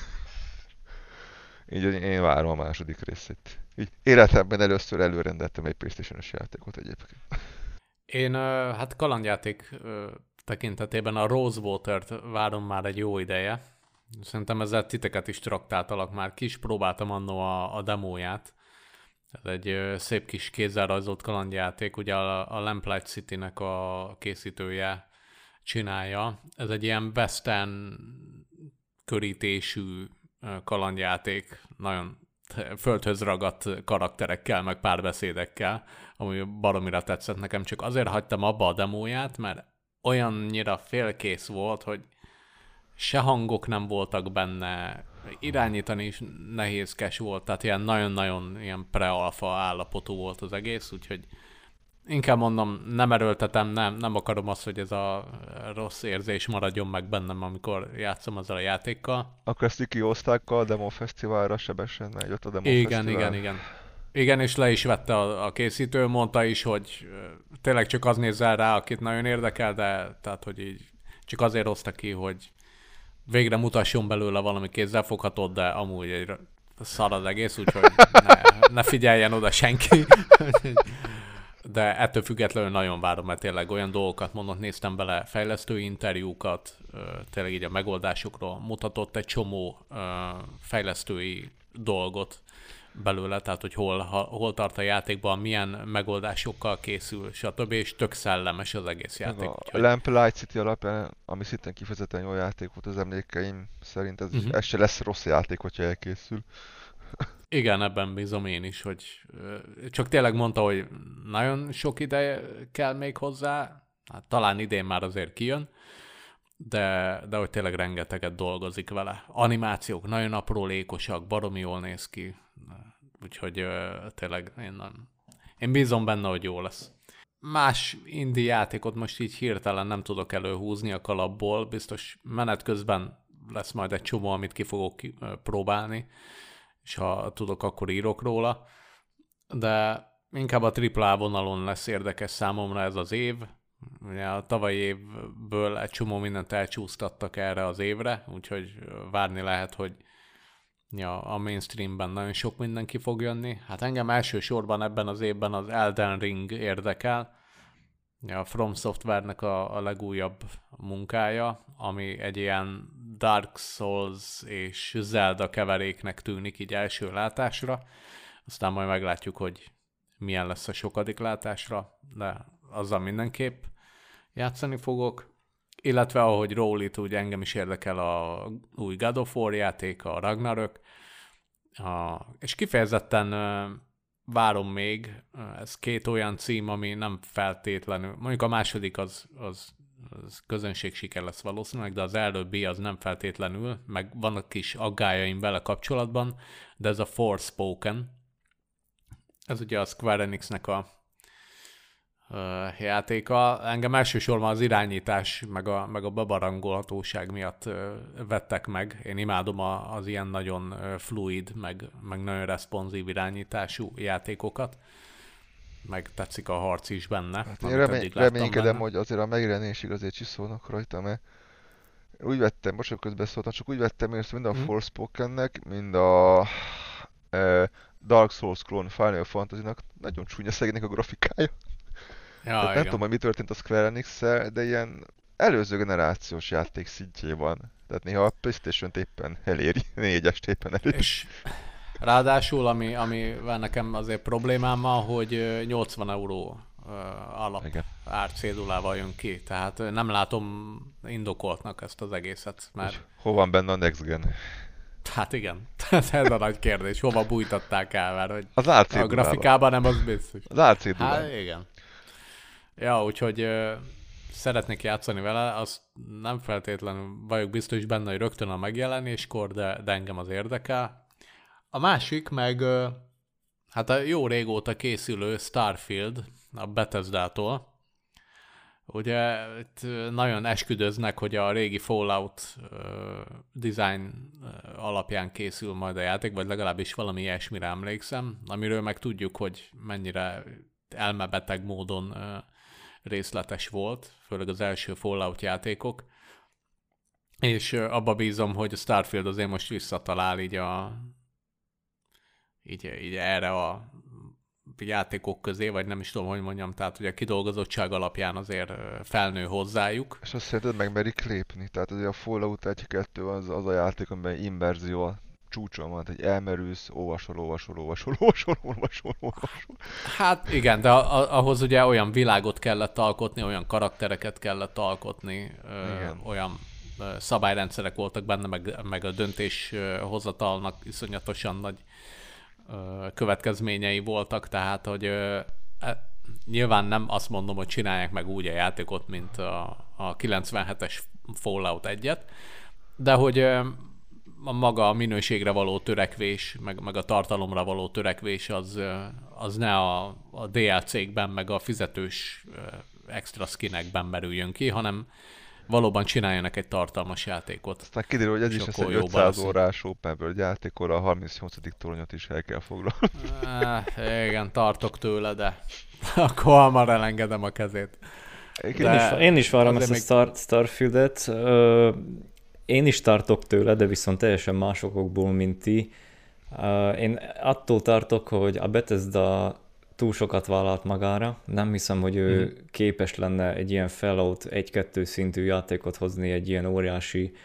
Így én várom a második részét. Így életemben először előrendeltem egy PlayStation-os játékot egyébként. Én hát kalandjáték tekintetében a Rosewater-t várom már egy jó ideje. Szerintem ezzel titeket is traktáltalak már. Ki is próbáltam annó a demóját. Ez egy szép kis kézzel rajzolt kalandjáték, ugye a Lamplight City-nek a készítője csinálja. Ez egy ilyen western körítésű kalandjáték, nagyon földhöz ragadt karakterekkel, meg párbeszédekkel, ami baromira tetszett nekem, csak azért hagytam abba a demóját, mert olyannyira félkész volt, hogy se hangok nem voltak benne, irányítani is nehézkes volt, tehát ilyen nagyon-nagyon ilyen pre-alfa állapotú volt az egész, úgyhogy inkább mondom, nem erőltetem, nem akarom azt, hogy ez a rossz érzés maradjon meg bennem, amikor játszom ezzel a játékkal. Akkor ezt kihozták a Demo Fesztiválra sebesen, mert jött a Demo Igen, Fesztivál. igen. Igen, és le is vette a készítő, mondta is, hogy tényleg csak az nézzel rá, akit nagyon érdekel, de tehát, hogy így csak azért hozta ki, hogy végre mutasson belőle valami kézzelfoghatót, de amúgy egy szar az egész, úgyhogy ne figyeljen oda senki. De ettől függetlenül nagyon várom, mert tényleg olyan dolgokat mondott, néztem bele fejlesztői interjúkat, tényleg így a megoldásokról mutatott egy csomó fejlesztői dolgot belőle, tehát hogy hol tart a játékban, milyen megoldásokkal készül, stb. És tök szellemes az egész Meg játék. a Úgyhogy... Lamplight City alapján, ami szintén kifejezetten jó játék volt az emlékeim szerint, ez se lesz rossz játék, hogyha elkészül. Igen, ebben bízom én is, hogy csak tényleg mondta, hogy nagyon sok ideje kell még hozzá, hát talán idén már azért kijön, de hogy tényleg rengeteget dolgozik vele. Animációk nagyon aprólékosak, baromi jól néz ki, úgyhogy tényleg én bízom benne, hogy jó lesz. Más indie játékot most így hirtelen nem tudok előhúzni a kalapból, biztos menet közben lesz majd egy csomó, amit ki fogok próbálni, és ha tudok, akkor írok róla, de inkább a AAA vonalon lesz érdekes számomra ez az év. Ugye a tavalyi évből egy csomó mindent elcsúsztattak erre az évre, úgyhogy várni lehet, hogy a mainstreamben nagyon sok minden ki fog jönni. Hát engem elsősorban ebben az évben az Elden Ring érdekel, a From Software-nek a legújabb munkája, ami egy ilyen Dark Souls és Zelda keveréknek tűnik így első látásra. Aztán majd meglátjuk, hogy milyen lesz a sokadik látásra, de azzal mindenképp játszani fogok. Illetve ahogy Rowlit, úgy engem is érdekel a új God of War játék, a Ragnarök, és kifejezetten várom még, ez 2 olyan cím, ami nem feltétlenül, mondjuk a második az közönségsiker lesz valószínűleg, de az előbbi az nem feltétlenül, meg vannak kis aggájaim vele kapcsolatban, de ez a Forspoken, ez ugye a Square Enixnek a játéka. Engem elsősorban az irányítás, meg a bebarangolhatóság miatt vettek meg. Én imádom az ilyen nagyon fluid, meg nagyon responsív irányítású játékokat. Meg tetszik a harc is benne. Hát én reménykedem, hogy azért a megjelenésig azért csiszolnak rajta, mert úgy vettem, most közben szóltam, csak úgy vettem, hogy mind a Forspokennek, mind a Dark Souls Clone Final Fantasy-nak nagyon csúnya szegénynek a grafikája. Tehát nem tudom, hogy mi történt a Square Enix-szel, de ilyen előző generációs játék szintjében. Tehát néha a PlayStation-t éppen eléri, 4-est éppen eléri. És ráadásul, amivel nekem azért problémám van, hogy 80 euró alap árcédulával jön ki. Tehát nem látom indokoltnak ezt az egészet. Mert... Hol van benne a Next Gen? Hát igen, ez a nagy kérdés. Hova bújtatták el, mert hogy az a grafikában nem az biztos. Az árcédulában. Hát igen. Ja, úgyhogy szeretnék játszani vele, azt nem feltétlenül vagyok biztos benne, hogy rögtön a megjelenéskor, de engem az érdekel. A másik meg, hát a jó régóta készülő Starfield a Bethesda-tól. Ugye itt nagyon esküdöznek, hogy a régi Fallout design alapján készül majd a játék, vagy legalábbis valami ilyesmire emlékszem, amiről meg tudjuk, hogy mennyire elmebeteg módon részletes volt, főleg az első Fallout játékok, és abba bízom, hogy a Starfield azért most visszatalál így erre a játékok közé, vagy nem is tudom, hogy mondjam, tehát ugye a kidolgozottság alapján azért felnő hozzájuk. És azt szerinted megmerik lépni? Tehát azért a Fallout 1-2 az a játék, amiben inverzió a csúcson van, hogy elmerülsz, olvasol. Hát igen, de ahhoz ugye olyan világot kellett alkotni, olyan karaktereket kellett alkotni, olyan szabályrendszerek voltak benne, meg a döntéshozatalnak iszonyatosan nagy következményei voltak, tehát hogy nyilván nem azt mondom, hogy csinálják meg úgy a játékot, mint a 97-es Fallout 1-et, de hogy a maga a minőségre való törekvés, meg a tartalomra való törekvés az ne a DLC-kben, meg a fizetős extra skinekben merüljön ki, hanem valóban csináljanak egy tartalmas játékot. Aztán kiderül, hogy ez is lesz egy 500 órás open world játékor, a 38. tornyot is el kell foglalni. Igen, tartok tőle, de akkor hamar elengedem a kezét. Én is várom ezt a Starfieldet. Én is tartok tőle, de viszont teljesen más okokból, mint ti. Én attól tartok, hogy a Bethesda túl sokat vállalt magára. Nem hiszem, hogy ő képes lenne egy ilyen Fallout 1-2 szintű játékot hozni egy ilyen óriási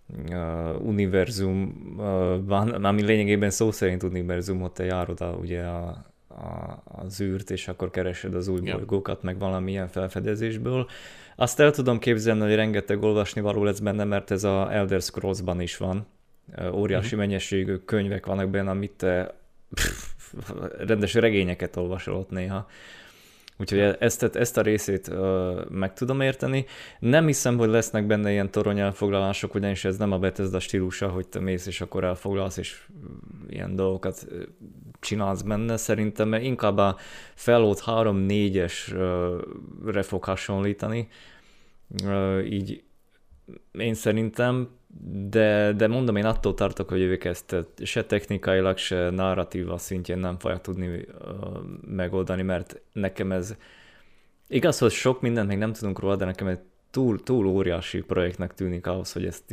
univerzumban, ami lényegében szó szerint univerzum, hogy te járod ugye az űrt, és akkor keresed az új bolygókat, meg valamilyen felfedezésből. Azt el tudom képzelni, hogy rengeteg olvasnivaló lesz benne, mert ez a Elder Scrolls-ban is van. Óriási mennyiségű könyvek vannak benne, amit te rendes regényeket olvasol ott néha. Úgyhogy ezt a részét meg tudom érteni. Nem hiszem, hogy lesznek benne ilyen torony elfoglalások, ugyanis ez nem a Bethesda stílusa, hogy te mész és akkor elfoglalsz, és ilyen dolgokat csinálsz benne. Szerintem inkább a Fallout 3-4-esre fog hasonlítani. Így én szerintem, de mondom, én attól tartok, hogy ők ezt se technikailag, se narratíva szintjén nem fogják tudni megoldani, mert nekem ez igaz, hogy sok mindent még nem tudunk róla, de nekem egy túl óriási projektnek tűnik ahhoz, hogy ezt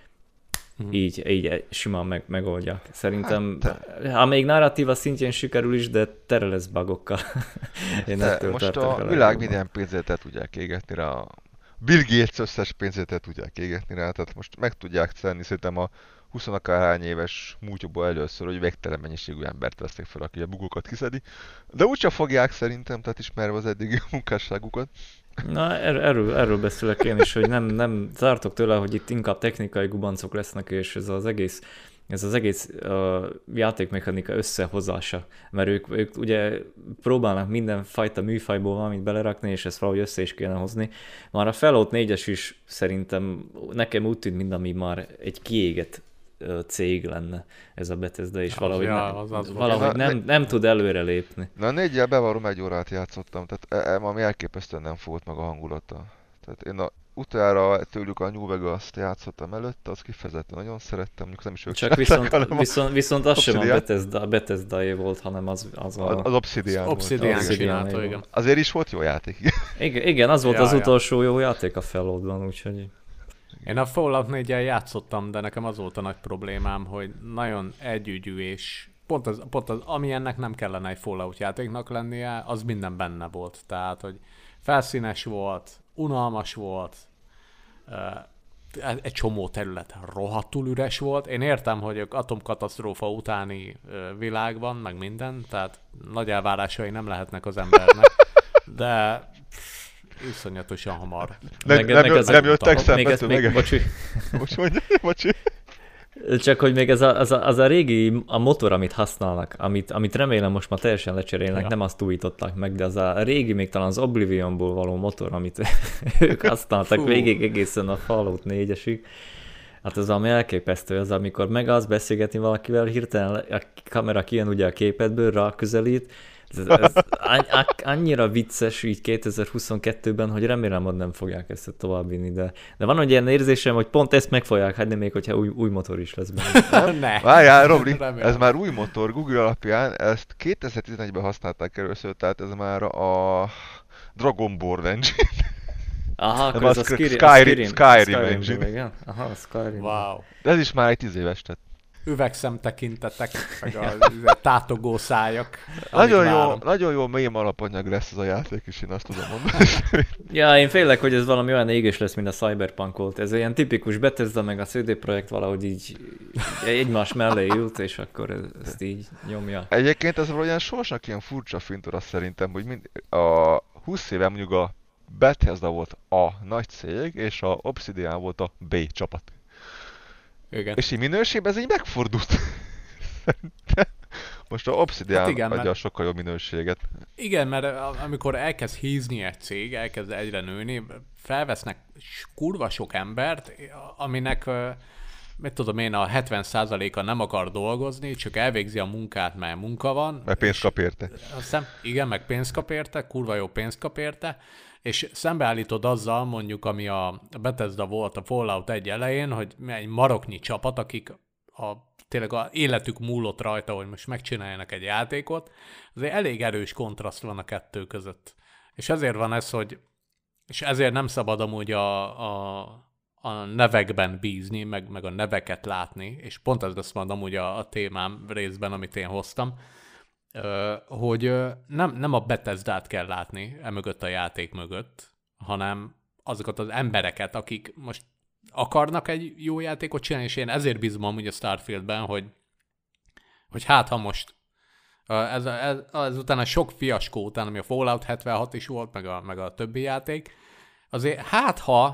így simán megoldják. Szerintem, ha még narratíva szintjén sikerül is, de tele lesz bugokkal. Most a világ minden pénzét el tudják égetni rá, Bill Gates összes pénzét el tudják égetni rá, tehát most meg tudják tenni szerintem a 20 akárhány éves múltjukból először, hogy végtelen mennyiségű embert vesznek fel, aki a bugokat kiszedi. De úgyse fogják szerintem, tehát ismerve az eddigi munkásságukat. Na, erről beszélek én is, hogy nem tartok tőle, hogy itt inkább technikai gubancok lesznek, és ez az egész játékmechanika összehozása, mert ők ugye próbálnak mindenfajta műfajból valamit belerakni, és ezt valahogy össze is kéne hozni. Már a Fallout 4-es is szerintem nekem úgy tűnt, mint ami már egy kiégett cég lenne ez a Bethesda, és valahogy nem tud előre lépni. Na 4-jel bevallom, 1 órát játszottam, tehát ami elképesztően nem fogott meg a hangulata. Tehát én utoljára tőlük a New Vegas-t játszottam előtte, azt kifejezetten nagyon szerettem, mondjuk nem is ők csak viszont az sem a Bethesda-é volt, hanem az Obsidian volt. Obsidian csinálta, igen. Azért is volt jó játék. Igen, az volt az utolsó jó játék a Falloutban, úgyhogy... Én a Fallout 4-jel játszottam, de nekem az volt a nagy problémám, hogy nagyon együgyű, és pont az, ami ennek nem kellene egy Fallout játéknak lennie, az minden benne volt. Tehát, hogy felszínes volt, unalmas volt, egy csomó terület rohadtul üres volt. Én értem, hogy atomkatasztrófa utáni világban, meg minden, tehát nagy elvárásai nem lehetnek az embernek, de iszonyatosan hamar. Nem jöttek szembe Bocsi. Csak hogy még az a régi a motor, amit használnak, amit remélem most már teljesen lecserélnek, nem azt újították meg, de az a régi, még talán az Oblivionból való motor, amit ők használtak végig egészen a Fallout 4-esig. Hát az ami elképesztő, az amikor megállsz beszélgetni valakivel, hirtelen a kamera kijön ugye a képedből, ráközelít. Ez annyira vicces így 2022-ben, hogy remélem, hogy nem fogják ezt továbbvinni, de van egy ilyen érzésem, hogy pont ezt meg fogják hagyni, még hogyha új motor is lesz benne. Várjál, Robli, ez már új motor, Google alapján, ezt 2011-ben használták először, tehát ez már a Dragonborn engine. Aha, akkor ez a Skyrim engine. Igen? Aha, Skyrim. Wow. De ez is már egy 10 éves, tehát. Üvegszem tekintetek, meg a tátogó szájak. Nagyon jó mém alapanyag lesz ez a játék is, én azt tudom mondani. Ja, én félek, hogy ez valami olyan égés lesz, mint a Cyberpunk volt. Ez ilyen tipikus Bethesda, meg a CD Projekt valahogy így egymás mellé jut, és akkor ezt így nyomja. Egyébként ez valójában sorsnak ilyen furcsa fintora szerintem, hogy a 20 éve mondjuk a Bethesda volt a nagy cég, és a Obsidian volt a B csapat. Igen. És így minőségben ez így megfordult. Most a Obsidian adja sokkal jobb minőséget. Igen, mert amikor elkezd hízni egy cég, elkezd egyre nőni, felvesznek kurva sok embert, aminek, mit tudom én, a 70%-a nem akar dolgozni, csak elvégzi a munkát, mert munka van. Mert pénzt kap érte. Igen, meg pénzt kap érte, kurva jó pénzt kap érte, és szembeállítod azzal, mondjuk, ami a Bethesda volt a Fallout 1 elején, hogy egy maroknyi csapat, akik tényleg a életük múlott rajta, hogy most megcsináljanak egy játékot, azért elég erős kontraszt van a kettő között. És ezért van ez, és ezért nem szabad amúgy a nevekben bízni, meg a neveket látni, és pont ez lesz majd amúgy a témám részben, amit én hoztam, hogy nem a Bethesdát kell látni emögött a játék mögött, hanem azokat az embereket, akik most akarnak egy jó játékot csinálni, és én ezért bízom amúgy a Starfieldben, hogy hát ha most ezután a sok fiaskó után, ami a Fallout 76 is volt, meg a többi játék, azért hát ha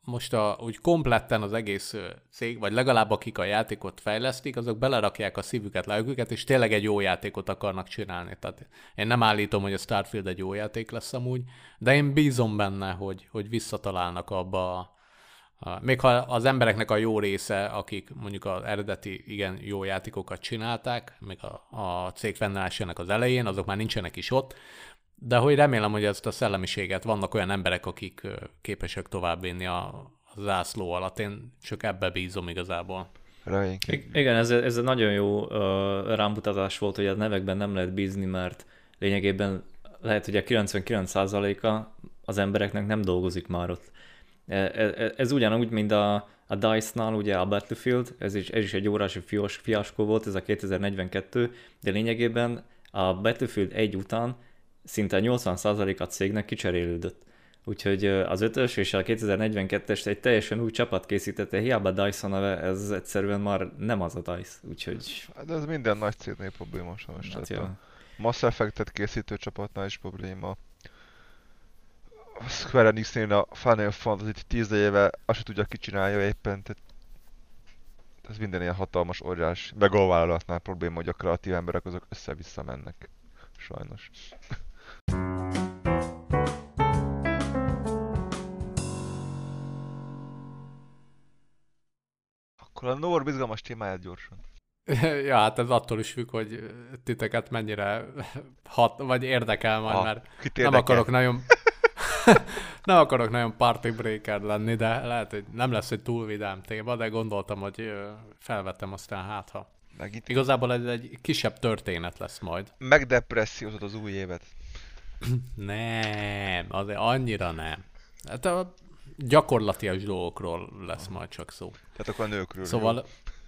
most úgy kompletten az egész cég, vagy legalább akik a játékot fejlesztik, azok belerakják a szívüket, lelküket, és tényleg egy jó játékot akarnak csinálni. Tehát én nem állítom, hogy a Starfield egy jó játék lesz amúgy, de én bízom benne, hogy visszatalálnak abba még ha az embereknek a jó része, akik mondjuk az eredeti igen jó játékokat csinálták, még a cég fennállásának az elején, azok már nincsenek is ott, de hogy remélem, hogy ezt a szellemiséget, vannak olyan emberek, akik képesek továbbvinni a zászló alatt. Én csak ebbe bízom igazából. Igen, ez egy nagyon jó rámutatás volt, hogy a nevekben nem lehet bízni, mert lényegében lehet, hogy a 99%-a az embereknek nem dolgozik már ott. Ez ugyanúgy, mint a DICE-nál, ugye a Battlefield, ez is egy órási fiaskó volt, ez a 2042, de lényegében a Battlefield 1 után szinte 80% a cégnek kicserélődött. Úgyhogy az 5-ös és a 2042-es egy teljesen új csapat készítette, hiába DICE a neve, ez egyszerűen már nem az a DICE, úgyhogy... De ez minden nagy cégnél probléma sajnos. Hát a Mass Effect-et készítő csapatnál is probléma. A Square Enix-nél a Final Fantasy 10 éve azt se tudja, ki csinálja éppen, tehát ez minden ilyen hatalmas óriás megavállalatnál probléma, hogy a kreatív emberek azok össze-vissza mennek. Sajnos. Akkor a Nor izgalmas témáját gyorsan. Ja, hát ez attól is függ, hogy titeket mennyire hat, vagy érdekel majd, mert nem akarok nagyon... Nem akarok nagyon party breaker lenni, de lehet, hogy nem lesz egy túl vidám téma, de gondoltam, hogy felvettem aztán hátha. Igazából ez egy kisebb történet lesz majd. Megdepressziózod az új évet. Nem, azért annyira nem. Hát a gyakorlatias dolgokról lesz majd csak szó. Tehát akkor a nőkről. Szóval,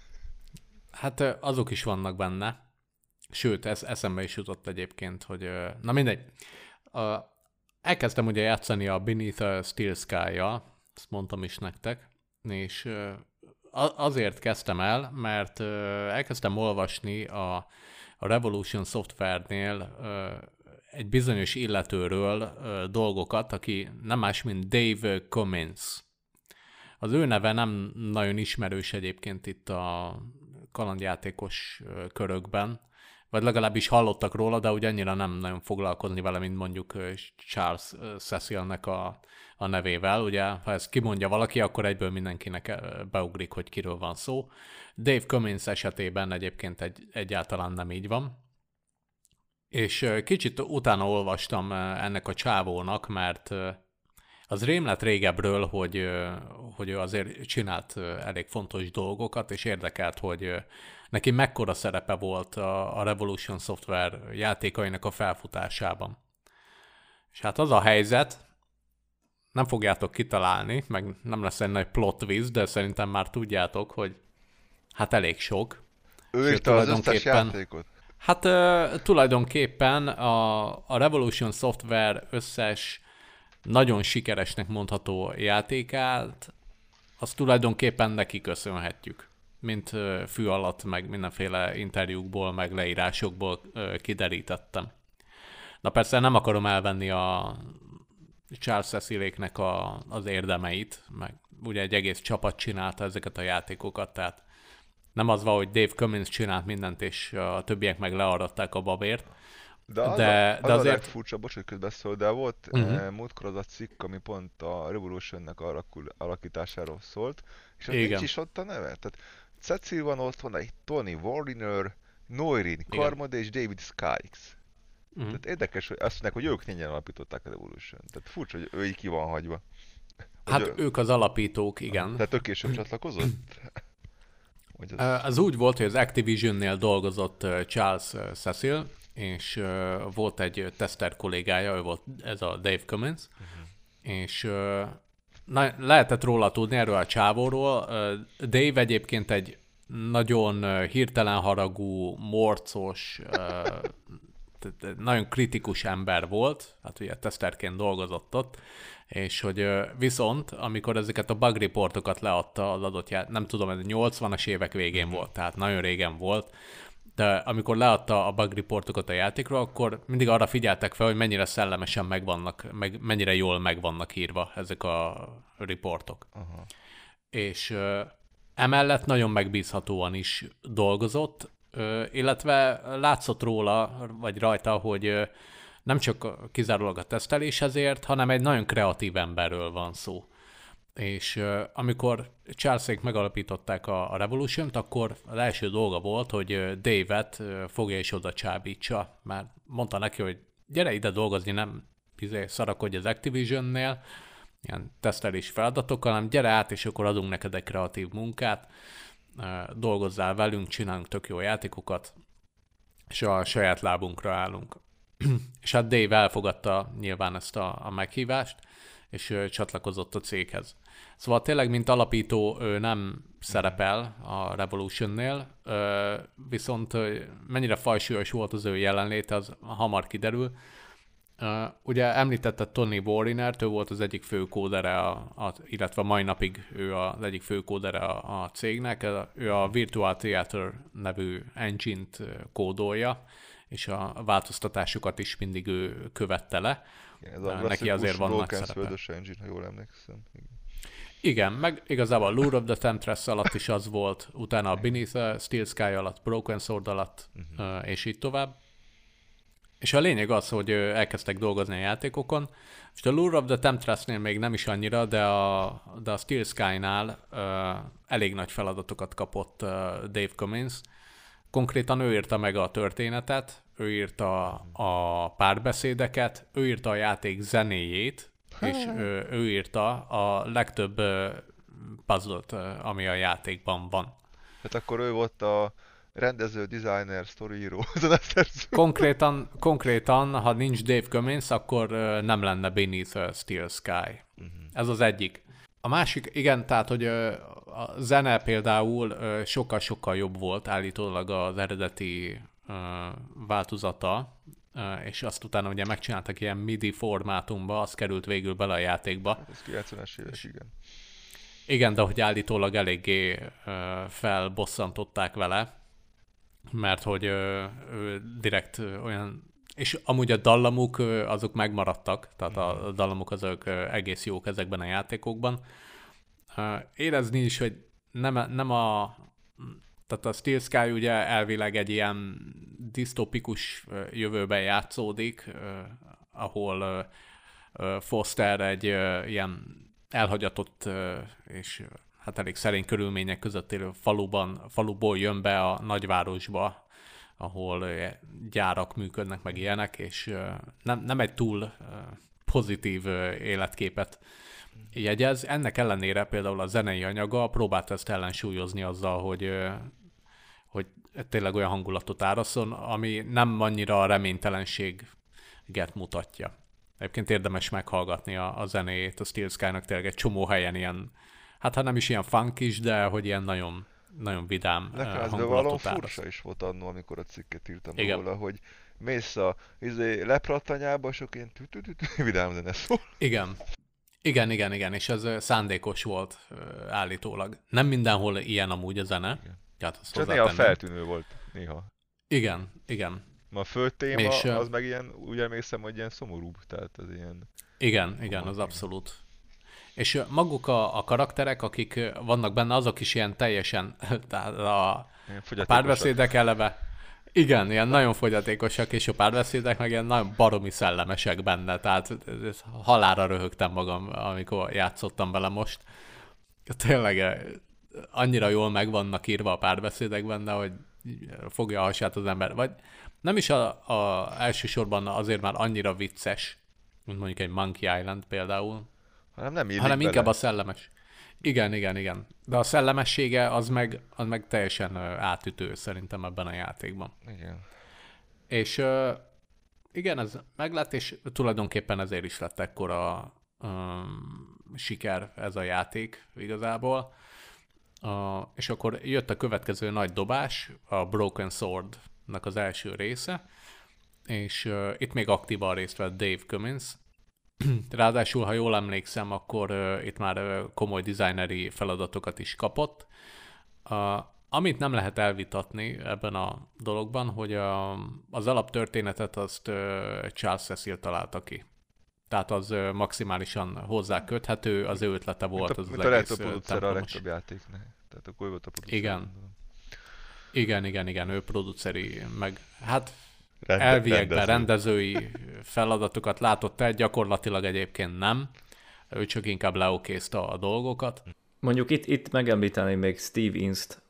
hát azok is vannak benne. Sőt, ez eszembe is jutott egyébként, hogy na mindegy. Elkezdtem ugye játszani a Beneath a Steel Sky-jal, ezt mondtam is nektek, és azért kezdtem el, mert elkezdtem olvasni a Revolution Software-nél egy bizonyos illetőről dolgokat, aki nem más, mint Dave Cummins. Az ő neve nem nagyon ismerős egyébként itt a kalandjátékos körökben, vagy legalábbis hallottak róla, de úgy annyira nem nagyon foglalkozni vele, mint mondjuk Charles Cecilnek a nevével. Ugye, ha ezt kimondja valaki, akkor egyből mindenkinek beugrik, hogy kiről van szó. Dave Cummins esetében egyébként egyáltalán nem így van. És kicsit utána olvastam ennek a csávónak, mert az rém lett régebről, hogy ő azért csinált elég fontos dolgokat, és érdekelt, hogy neki mekkora szerepe volt a Revolution Software játékainak a felfutásában. És hát az a helyzet, nem fogjátok kitalálni, meg nem lesz egy nagy plot twist, de szerintem már tudjátok, hogy hát elég sok. Ő írta az összes játékot? Hát tulajdonképpen a Revolution Software összes nagyon sikeresnek mondható játékát, azt tulajdonképpen neki köszönhetjük. Mint fű alatt, meg mindenféle interjúkból, meg leírásokból kiderítettem. Na persze nem akarom elvenni a Charles Ceciléknek az érdemeit, meg ugye egy egész csapat csinálta ezeket a játékokat, tehát nem az van, hogy Dave Cummins csinált mindent, és a többiek meg learadták a babért. De az azért... a legfurcsa, bocs, hogy közbeszól, de volt múltkor az a cikk, ami pont a Revolution-nek alakításáról szólt, és az nincs is ott a neve. Tehát Cecil van ott, van egy Tony Warner, Noirin Karmod és David Skykes. Tehát érdekes, hogy azt mondják, hogy ők négyen alapították a Revolution. Tehát furcsa, hogy ő így ki van hagyva. Hát ők az alapítók, igen. Tehát ő később csatlakozott? Az úgy volt, hogy az Activision-nél dolgozott Charles Cecil, és volt egy teszter kollégája, ő volt ez a Dave Cummins, és lehetett róla tudni, erről a csávóról. Dave egyébként egy nagyon hirtelen haragú, morcos, nagyon kritikus ember volt, hát ugye teszterként dolgozott ott, és hogy viszont, amikor ezeket a bug reportokat leadta az adott nem tudom, ez 80-as évek végén volt, tehát nagyon régen volt, de amikor leadta a bug reportokat a játékról, akkor mindig arra figyeltek fel, hogy mennyire szellemesen mennyire jól meg vannak írva ezek a riportok. Aha. És emellett nagyon megbízhatóan is dolgozott, illetve látszott róla, vagy rajta, hogy nem csak kizárólag a teszteléshez ért, hanem egy nagyon kreatív emberről van szó. És amikor Charlesék megalapították a Revolution-t, akkor az első dolga volt, hogy Dave-et fogja és oda csábítsa. Már mondta neki, hogy gyere ide dolgozni, nem szarakodj az Activision-nél, ilyen tesztelési feladatokkal, hanem gyere át, és akkor adunk neked egy kreatív munkát, dolgozzál velünk, csinálunk tök jó játékokat, és a saját lábunkra állunk. És hát Dave elfogadta nyilván ezt a meghívást, és csatlakozott a céghez. Szóval tényleg, mint alapító nem szerepel a Revolution-nél, viszont mennyire fajsúlyos volt az ő jelenléte, az hamar kiderül. Ugye említette Tony Warrinert, ő volt az egyik főkódere, illetve mai napig ő az egyik főkódere a cégnek. Ő a Virtual Theater nevű engine-t kódolja, és a változtatásokat is mindig ő követte le. Igen, ez a neki azért vannak szerepe. Engine, ha jól emlékszem. Igen, meg igazából a Lure of the Temptress alatt is az volt, utána a Beneath a Steel Sky alatt, Broken Sword alatt, és így tovább. És a lényeg az, hogy elkezdtek dolgozni a játékokon, és a Lure of the Temptressnél még nem is annyira, de a Steel Sky-nál elég nagy feladatokat kapott Dave Cummins. Konkrétan ő írta meg a történetet, ő írta a párbeszédeket, ő írta a játék zenéjét, és ő írta a legtöbb puzzle-t, ami a játékban van. Hát akkor ő volt a rendező, designer, sztoriíró, Konkrétan, ha nincs Dave Cummins, akkor nem lenne Beneath a Steel Sky. Ez az egyik. A másik, igen, tehát, hogy a zene például sokkal-sokkal jobb volt állítólag az eredeti változata, és azt utána ugye megcsináltak ilyen MIDI formátumba, az került végül bele a játékba. Ez 90-es éves, igen. Igen, de hogy állítólag eléggé felbosszantották vele, mert hogy direkt olyan, és amúgy a dallamok azok megmaradtak, tehát a dallamok azok egész jók ezekben a játékokban. Érezni is, hogy tehát a Steel Sky ugye elvileg egy ilyen disztopikus jövőben játszódik, ahol Foster egy ilyen elhagyatott és hát elég szerény körülmények között élő faluból jön be a nagyvárosba, ahol gyárak működnek, meg ilyenek, és nem egy túl pozitív életképet jegyez. Ennek ellenére például a zenei anyaga próbálta ezt ellensúlyozni azzal, hogy tényleg olyan hangulatot árasszon, ami nem annyira a reménytelenséget mutatja. Egyébként érdemes meghallgatni a zenéjét, a Steel Sky-nak tényleg egy csomó helyen ilyen, hát ha nem is ilyen funk is, de hogy ilyen nagyon, nagyon vidám hangulatot árasz. Furcsa is volt annó, amikor a cikket írtam róla, hogy mész a lepratanyába, sok ilyen vidám zene szól. Igen, és ez szándékos volt állítólag. Nem mindenhol ilyen amúgy a zene. Csak néha feltűnő volt, néha. Igen. A fő téma, és, az meg ilyen, úgy emlékszem, hogy ilyen szomorúbb, tehát az ilyen... Igen, az abszolút. És maguk a karakterek, akik vannak benne, azok is ilyen teljesen, a párbeszédek eleve. Igen, ilyen nagyon fogyatékosak, és a párbeszédek meg ilyen nagyon baromi szellemesek benne, tehát halálra röhögtem magam, amikor játszottam vele most. Tényleg annyira jól meg vannak írva a párbeszédek benne, hogy fogja a hasát az ember. Vagy nem is elsősorban azért már annyira vicces, mint mondjuk egy Monkey Island például, hanem inkább a szellemes. Igen. De a szellemessége az meg teljesen átütő szerintem ebben a játékban. Igen. És igen, ez meglett, és tulajdonképpen ezért is lett ekkora siker ez a játék igazából. És akkor jött a következő nagy dobás, a Broken Sword-nak az első része, és itt még aktívan részt vett Dave Cummins. Ráadásul, ha jól emlékszem, akkor itt már komoly designeri feladatokat is kapott. amit nem lehet elvitatni ebben a dologban, hogy az alaptörténetet azt Charles Cecil találta ki. Tehát az maximálisan hozzá köthető, az ő ötlete volt az mint egész a producer a legtöbb játéknál. Tehát akkor ő volt a producer. Igen, ő produceri, meg hát elviekben rendezői feladatokat látott el, gyakorlatilag egyébként nem. Ő csak inkább leokézta a dolgokat. Mondjuk itt megemlíteném még Steve Inst,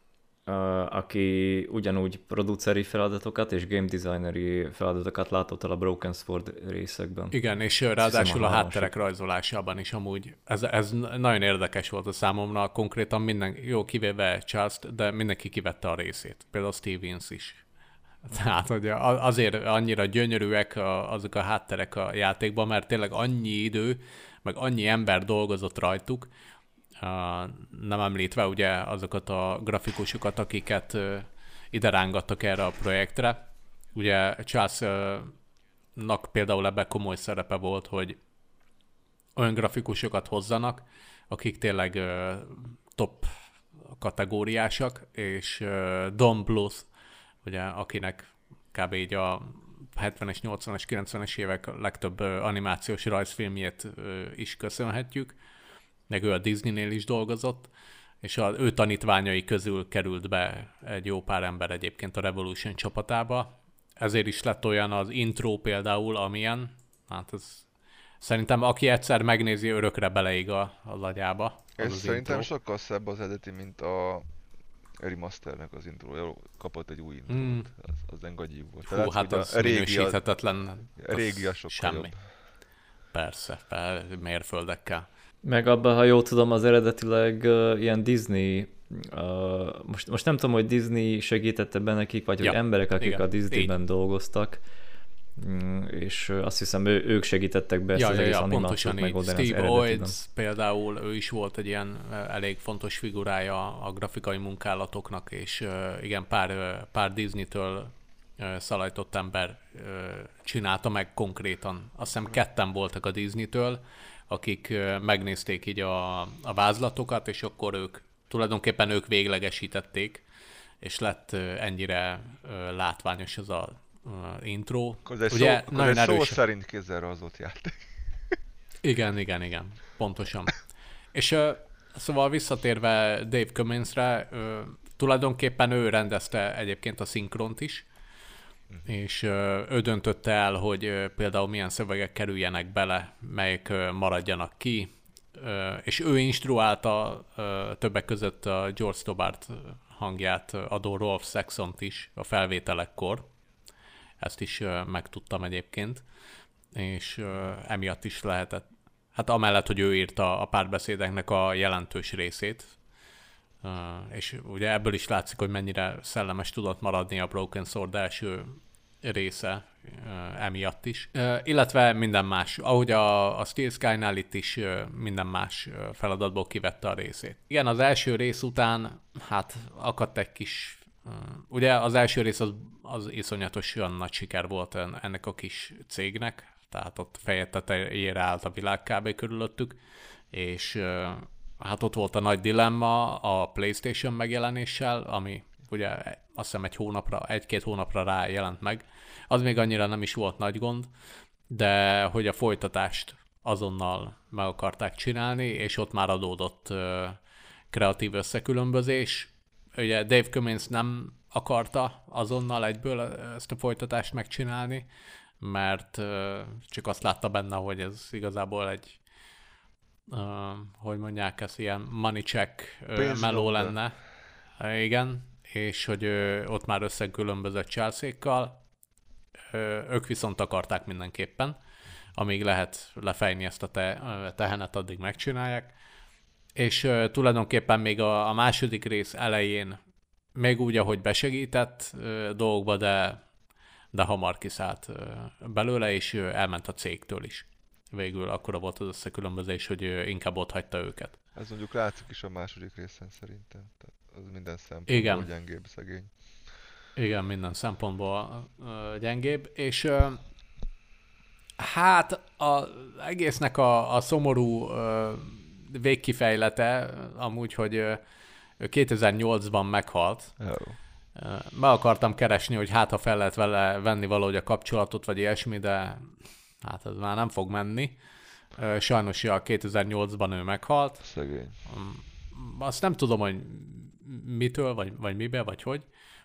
aki ugyanúgy produceri feladatokat és game designeri feladatokat látott el a Broken Sword részekben. Igen, és ráadásul a hátterek rajzolásában is amúgy. Ez nagyon érdekes volt a számomra, konkrétan jó, kivéve Charles-t, de mindenki kivette a részét. Például Steve Inst is. Tehát, hogy azért annyira gyönyörűek azok a hátterek a játékban, mert tényleg annyi idő, meg annyi ember dolgozott rajtuk, nem említve ugye azokat a grafikusokat, akiket ide rángattak erre a projektre. Ugye Charles-nak például ebben komoly szerepe volt, hogy olyan grafikusokat hozzanak, akik tényleg top kategóriásak, és Don Bluth, ugye, akinek kb. Így a 70-es, 80-es, 90-es évek legtöbb animációs rajzfilmjét is köszönhetjük, meg ő a Disneynél is dolgozott, és az ő tanítványai közül került be egy jó pár ember egyébként a Revolution csapatába. Ezért is lett olyan az intro például, amilyen, hát ez szerintem aki egyszer megnézi, örökre beleég a lagyába. És szerintem sokkal szebb az eredeti, mint a remasternek az intro. Kapott egy új intrót, az nem gagyi volt. Hú, hát az minősíthetetlen. A régi a sokkal semmi. jobb. Persze, mérföldekkel. Meg abban, ha jól tudom, az eredetileg ilyen Disney, most nem tudom, hogy Disney segítette be nekik, vagy hogy emberek, akik igen, a Disneyben dolgoztak, és azt hiszem ők segítettek be ezt az egész animációt megoldani az eredetiben. Steve Oids például, ő is volt egy ilyen elég fontos figurája a grafikai munkálatoknak, és igen, pár Disney-től szalajtott ember csinálta meg konkrétan. Azt hiszem ketten voltak a Disney-től, akik megnézték így a vázlatokat, és akkor tulajdonképpen ők véglegesítették, és lett ennyire látványos az a intro. Ugye nagyon erős. Szó szerint kézzel rajzolt játék. Igen, pontosan. És szóval visszatérve Dave Cumminsre, tulajdonképpen ő rendezte egyébként a szinkront is, és ő döntötte el, hogy például milyen szövegek kerüljenek bele, melyek maradjanak ki, és ő instruálta többek között a George Stobbart hangját adó Rolf Saxont is a felvételekkor. Ezt is megtudtam egyébként, és emiatt is lehetett, hát amellett, hogy ő írta a párbeszédeknek a jelentős részét, és ugye ebből is látszik, hogy mennyire szellemes tudott maradni a Broken Sword első része emiatt is. Illetve minden más, ahogy a Steel Sky-nál itt is minden más feladatból kivette a részét. Igen, az első rész után hát akadt egy kis... Ugye az első rész az iszonyatosan nagy siker volt ennek a kis cégnek, tehát ott feje tetejére állt a világ kb. Körülöttük, és hát ott volt a nagy dilemma a PlayStation megjelenéssel, ami ugye azt hiszem egy-két hónapra rá jelent meg. Az még annyira nem is volt nagy gond, de hogy a folytatást azonnal meg akarták csinálni, és ott már adódott kreatív összekülönbözés. Ugye Dave Cummins nem akarta azonnal egyből ezt a folytatást megcsinálni, mert csak azt látta benne, hogy ez igazából egy hogy mondják ezt, ilyen money check meló lenne. Igen, és hogy ott már összekülönbözött Charles-ékkal. Ők viszont akarták mindenképpen, amíg lehet lefejni ezt a tehenet, addig megcsinálják. És tulajdonképpen még a második rész elején még úgy, ahogy besegített dolgokba, de hamar kiszállt belőle, és elment a cégtől is. Végül akkora volt az összekülönbözés, hogy inkább ott hagyta őket. Ez mondjuk látszik is a második részen szerintem. Tehát az minden szempontból gyengébb, szegény. Igen, minden szempontból gyengébb, és hát az egésznek a szomorú végkifejlete amúgy, hogy Ő 2008-ban meghalt. Oh. Be akartam keresni, hogy hát ha fel lehet vele venni valahogy a kapcsolatot, vagy ilyesmi, de hát ez már nem fog menni. Sajnos 2008-ban ő meghalt. Szegény. Azt nem tudom, hogy mitől, vagy mibe, vagy hogy,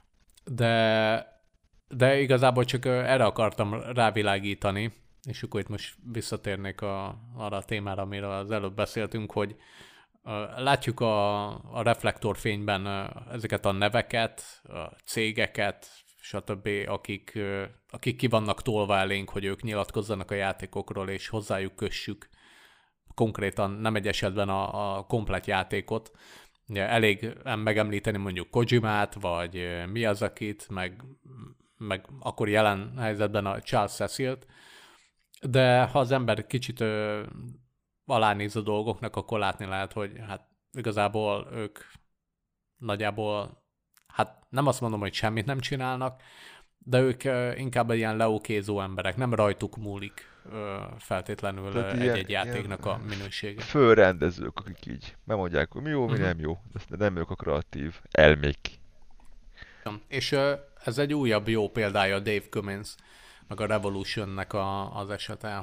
de igazából csak erre akartam rávilágítani, és akkor itt most visszatérnék arra a témára, amiről az előbb beszéltünk, hogy látjuk a reflektorfényben ezeket a neveket, a cégeket, stb., akik ki vannak tolva elénk, hogy ők nyilatkozzanak a játékokról, és hozzájuk kössük konkrétan, nem egy esetben a komplett játékot. Ugye elég megemlíteni mondjuk Kojimát, vagy Miyazakit, meg akkor jelen helyzetben a Charles Cecilt, de ha az ember kicsit alánéz a dolgoknak, akkor látni lehet, hogy hát igazából ők nagyjából, hát nem azt mondom, hogy semmit nem csinálnak, de ők inkább ilyen leokézó emberek, nem rajtuk múlik feltétlenül egy-egy játéknak a minősége. Fölrendezők, akik így bemondják, hogy mi jó, mi nem jó, de nem ők a kreatív elmék. És ez egy újabb jó példája a Dave Cummins, meg a Revolutionnek az esete,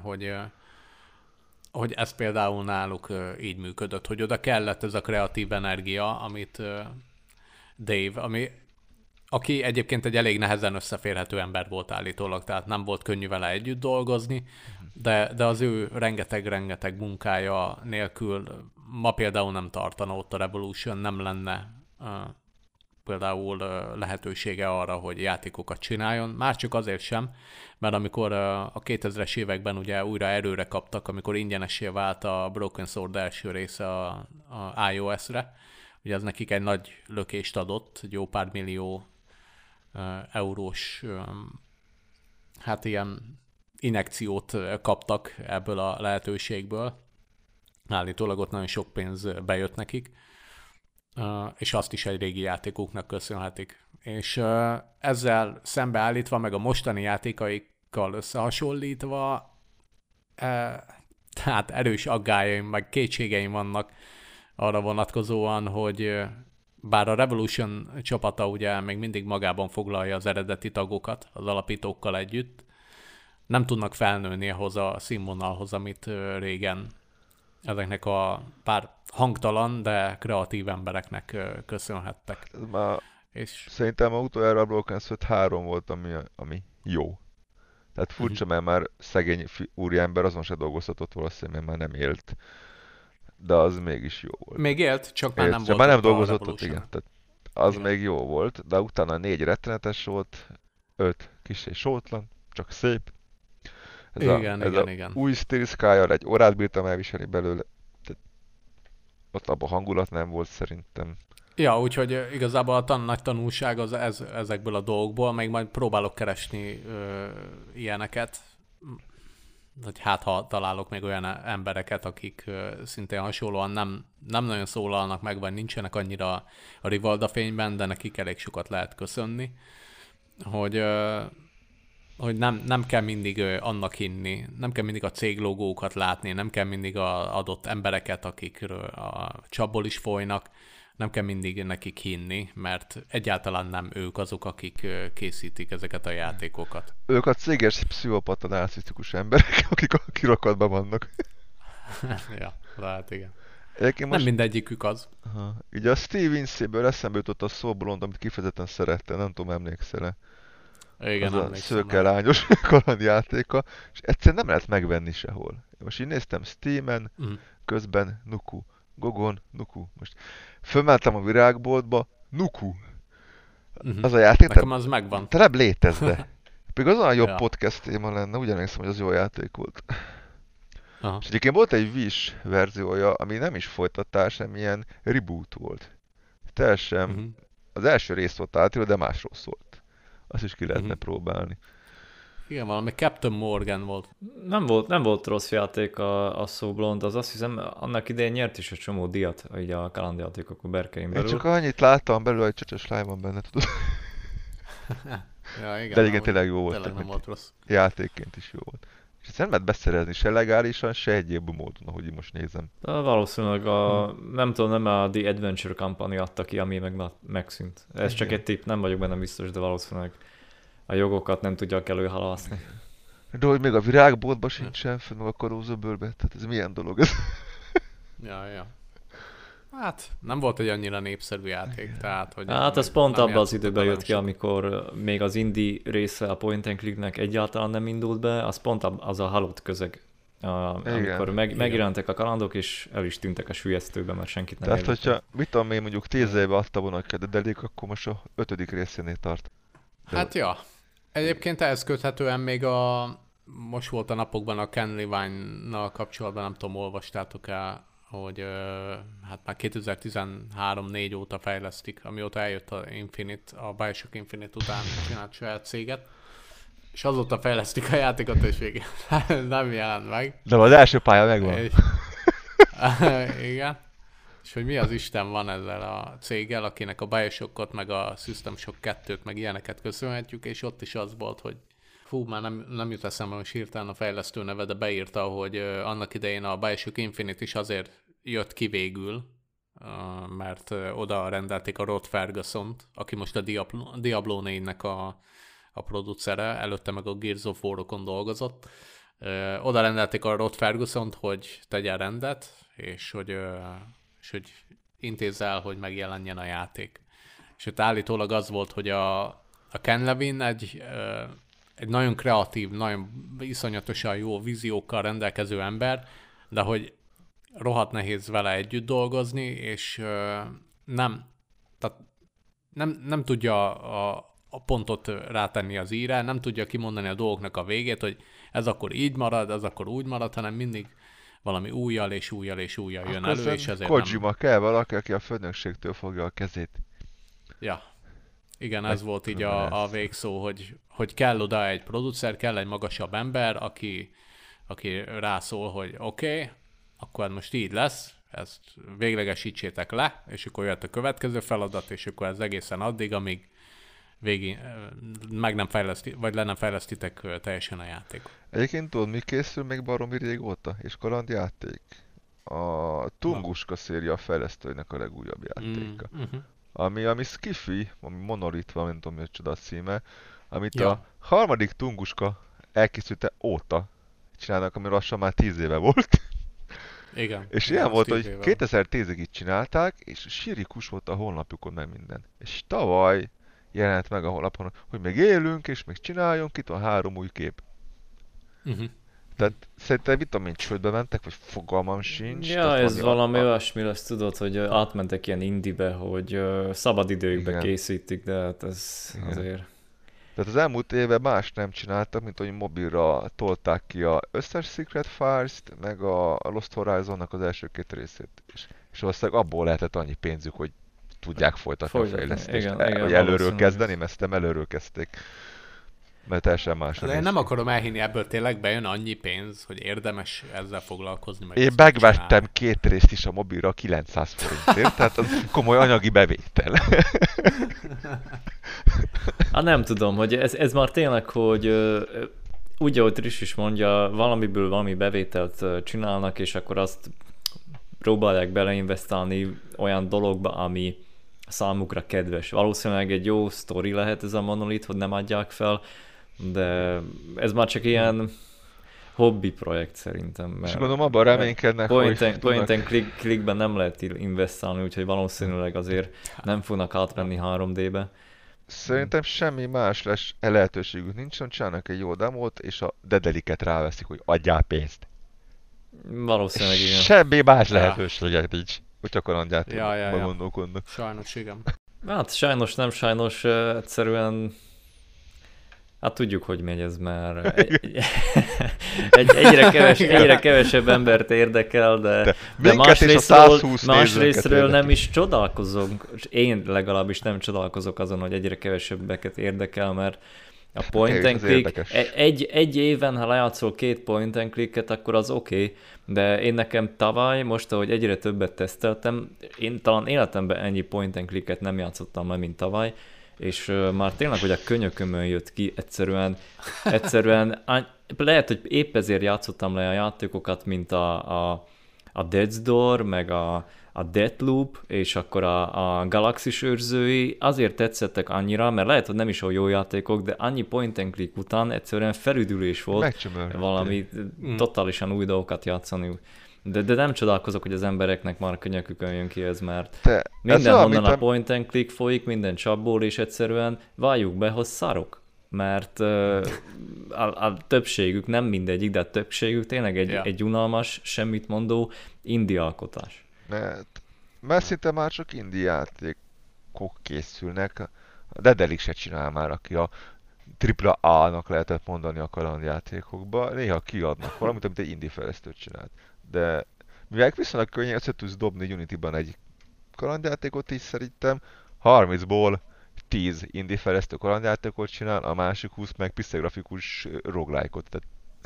hogy ez például náluk így működött, hogy oda kellett ez a kreatív energia, amit Dave, aki egyébként egy elég nehezen összeférhető ember volt állítólag, tehát nem volt könnyű vele együtt dolgozni, de az ő rengeteg munkája nélkül ma például nem tartana ott a Revolution, nem lenne például lehetősége arra, hogy játékokat csináljon. Már csak azért sem, mert amikor a 2000-es években ugye újra erőre kaptak, amikor ingyenessé vált a Broken Sword első része a iOS-re, ugye ez nekik egy nagy lökést adott, egy jó pár millió eurós hát ilyen injekciót kaptak ebből a lehetőségből. Állítólag ott nagyon sok pénz bejött nekik, és azt is egy régi játékuknak köszönhetik. És ezzel szembeállítva, meg a mostani játékaikkal összehasonlítva, tehát erős aggályaim, meg kétségeim vannak arra vonatkozóan, hogy bár a Revolution csapata ugye még mindig magában foglalja az eredeti tagokat, az alapítókkal együtt, nem tudnak felnőni ahhoz a színvonalhoz, amit régen ezeknek a pár hangtalan, de kreatív embereknek köszönhettek. Ez már És... szerintem a utoljára a Broken Sword 3 volt, ami jó. Tehát furcsa, mert már szegény úriember azon se dolgozhatott valószínűleg, mert már nem élt. De az mégis jó volt. Még élt, csak már nem volt. Már nem dolgozott ott, igen. Tehát az igen. Még jó volt, de utána 4 rettenetes volt, 5 kissé sótlan, csak szép. Ez igen. Új stílszkájjal egy órát bírtam elviselni belőle. Tehát ott abban hangulat nem volt szerintem. Ja, úgyhogy igazából a nagy tanulság az ezekből a dolgokból, még majd próbálok keresni ilyeneket, hogy hát ha találok még olyan embereket, akik szintén hasonlóan nem nagyon szólalnak meg, vagy nincsenek annyira a Rivalda fényben, de nekik elég sokat lehet köszönni, hogy nem kell mindig annak hinni, nem kell mindig a céglogókat látni, nem kell mindig az adott embereket, akik a csapból is folynak, nem kell mindig nekik hinni, mert egyáltalán nem ők azok, akik készítik ezeket a játékokat. Ők a céges pszichopata narcisztikus emberek, akik a kirakatban vannak. Ja, lehet igen. Nem most... mindegyikük az. Aha. Így a Steve Vinci-ből eszembe jutott a Soulblond, amit kifejezetten szerettem, nem tudom, emlékszel-e? Igen, az a szőkelányos kalandjátéka, és egyszerűen nem lehet megvenni sehol. Most így néztem Steamen, közben Nuku. Gogon, Nuku. Most fölmentem a virágboltba, Nuku. Az a játék... Nekem az megvan. Te nem létezne. Pedig az olyan jobb podcast téma lenne, úgy emlékszem, hogy az jó játék volt. Aha. És egyébként volt egy Wish verziója, ami nem is folytatás, hanem ilyen reboot volt. Teljesen az első rész volt átírva, de másról szólt. Azt is ki lehetne próbálni. Igen, valami Captain Morgan volt. Nem volt rossz játék a Soulblond, az azt hiszem annak idején nyert is egy csomó díjat így a kalandjátékok a berkein belül. Én csak annyit láttam belőle, hogy csöcsös lány van benne, tudod. Ja, igen, de igen, tényleg jó volt. Tényleg nem volt rossz. Játékként is jó volt. És ezt nem lehet beszerezni se legálisan, se egyéb módon, ahogy én most nézem. De valószínűleg nem tudom, nem a The Adventure Company adta ki, ami megszűnt. Ez csak egy tipp, nem vagyok benne biztos, de valószínűleg a jogokat nem tudják előhalaszni. De hogy még a virágboltban sincsen fenn, meg a karózöbölbe, tehát ez milyen dolog ez? Ja. Hát nem volt egy annyira népszerű játék, tehát hogy... Hát ez pont nem abban az játszottak időben vele jött ki, sokat. amikor még az indie része a point and clicknek egyáltalán nem indult be, az pont az a halott közeg. Amikor megjelentek a kalandok, és el is tűntek a sülyeztőbe, mert senkit nem Tehát, érdekel. hogyha mit tudom én mondjuk 10 éve adta volna a Dedelik, akkor most a 5. részénél tart. Hát ja. Egyébként ehhez köthetően még most volt a napokban a Ken Levine-nal kapcsolatban, nem tudom, olvastátok-e, hogy hát már 2013-4 óta fejlesztik, amióta eljött a Infinite, a Bioshock Infinite után csinált saját céget, és azóta fejlesztik a játékot, és végén nem jelent meg. De az első pálya megvan. És, igen. És hogy mi az Isten van ezzel a céggel, akinek a Bioshockot, meg a System Shock 2-t, meg ilyeneket köszönhetjük, és ott is az volt, hogy már nem jut eszembe most hirtelen a fejlesztő neve, de beírta, hogy annak idején a Bioshock Infinite is azért jött ki végül, mert oda rendelték a Rod Ferguson-t, aki most a Diablo 4-nek a producere, előtte meg a Gears of War-okon dolgozott. Oda rendelték a Rod Ferguson-t, hogy tegyen rendet, és hogy intézze el, hogy megjelenjen a játék. És ott állítólag az volt, hogy a Ken Levine egy nagyon kreatív, nagyon iszonyatosan jó víziókkal rendelkező ember, de hogy rohadt nehéz vele együtt dolgozni, és nem tudja a pontot rátenni az íre, nem tudja kimondani a dolgoknak a végét, hogy ez akkor így marad, ez akkor úgy marad, hanem mindig valami újjal és újjal és újjal jön akkor elő, és ezért Kojima kell valaki, aki a főnökségtől fogja a kezét. Ja. Igen, ez volt így a végszó, hogy kell oda egy producer, kell egy magasabb ember, aki rászól, hogy oké, akkor most így lesz, ezt véglegesítsétek le, és akkor jött a következő feladat, és akkor ez egészen addig, amíg végig meg nem vagy le nem fejlesztitek teljesen a játékot. Egyébként tudod, mi készül még baromi régóta? És kalandjáték? A Tunguska széria fejlesztőinek a legújabb játéka. Ami Skiffy, ami Monolith van, nem tudom, mi a csoda címe, amit a harmadik Tunguska elkészülte óta csinálnak, ami lassan már 10 éve volt. Igen. És ilyen volt, hogy 2010-ig így csinálták, és sirikus volt a honlapjukon meg minden. És tavaly jelent meg a honlapon, hogy még élünk, és még csináljunk, itt van 3 új kép. Tehát szerintem mit tudom én, csődbe mentek, vagy fogalmam sincs. Ja, ez valami olyasmi lesz, tudod, hogy átmentek ilyen indibe, hogy szabadidőjükbe készítik, de hát ez azért... Tehát az elmúlt évben más nem csináltak, mint hogy mobilra tolták ki az összes Secret Files-t, meg a Lost Horizon-nak az első 2 részét. És valószínűleg abból lehetett annyi pénzük, hogy tudják folytatni a fejlesztést. Hogy előről kezdeni, mert nem előről kezdték. Mert teljesen más. De én nem akarom elhinni, ebből tényleg bejön annyi pénz, hogy érdemes ezzel foglalkozni. Meg én megvettem 2 részt is a mobilra 900 forintért, tehát az komoly anyagi bevétel. Hát nem tudom, hogy ez már tényleg, hogy úgy, ahogy Trish is mondja, valamiből valami bevételt csinálnak, és akkor azt próbálják beleinvestálni olyan dologba, ami számukra kedves. Valószínűleg egy jó sztori lehet ez a Monolith, hogy nem adják fel, de ez már csak ilyen hobbi projekt szerintem. Mert és gondolom abban reménykednek, hogy point and clickben nem lehet investálni, úgyhogy valószínűleg azért nem fognak átvenni 3D-be. Szerintem semmi más lehetőségük nincs, csinálnak egy jó demót, és a Dedeliket ráveszik, hogy adjál pénzt. Valószínűleg igen. Semmi más lehetőségek nincs, hogy a kalandjátékban gondolkodnak. Sajnos, igen. Hát sajnos, nem sajnos, egyszerűen hát tudjuk, hogy megy ez már. Egyre kevesebb embert érdekel, de másrésztről nem is csodálkozunk. Én legalábbis nem csodálkozok azon, hogy egyre kevesebbeket érdekel, mert a point and click, egy éven, ha lejátszol 2 point and clicket, akkor az oké, de én nekem tavaly, most ahogy egyre többet teszteltem, én talán életemben ennyi point and clicket nem játszottam már, mint tavaly, és már tényleg, hogy a könyökömön jött ki, egyszerűen lehet, hogy épp ezért játszottam le a játékokat, mint a Death's Door, meg a Deathloop, és akkor a Galaxis őrzői azért tetszettek annyira, mert lehet, hogy nem is olyan jó játékok, de annyi point and click után egyszerűen felüdülés volt valami totálisan új dolgokat játszani. De nem csodálkozok, hogy az embereknek már könyökükön jön ki ez, mert mindenhonnan a point and click folyik, minden csapból, és egyszerűen valljuk be, hogy szarok. Mert a többségük, nem mindegyik, de a többségük tényleg egy unalmas, semmit mondó indie alkotás. Mert szinte már csak indie játékok készülnek. A Dedelic se csinál már, aki a AAA-nak lehetett mondani a kalandjátékokba. Néha kiadnak valamit, amit egy indie fejlesztőt csinált. De mivel viszonylag könnyen össze tudsz dobni Unity-ban egy kalandjátékot is szerintem, 30-ból 10 indie fejlesztő kalandjátékot csinál, a másik 20 meg pixelgrafikus roguelike-ot. Tehát...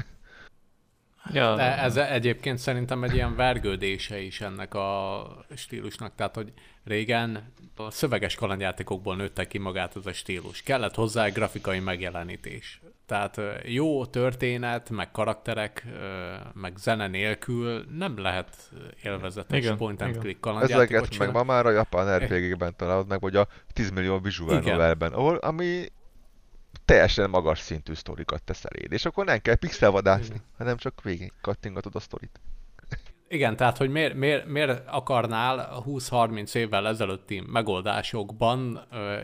Ja. De ez egyébként szerintem egy ilyen vergődése is ennek a stílusnak, tehát hogy régen a szöveges kalandjátékokból nőtte ki magát az a stílus. Kellett hozzá egy grafikai megjelenítés. Tehát jó történet, meg karakterek, meg zene nélkül nem lehet élvezetes point and click kalandjátékot csinálni. Ezeket meg ma már a japán RPG-ben találod meg, vagy a 10 millió visual novelben, ami teljesen magas szintű sztorikat tesz eléd, és akkor nem kell pixelvadászni, hanem csak végig kattingatod a sztorit. Igen, tehát hogy miért akarnál 20-30 évvel ezelőtti megoldásokban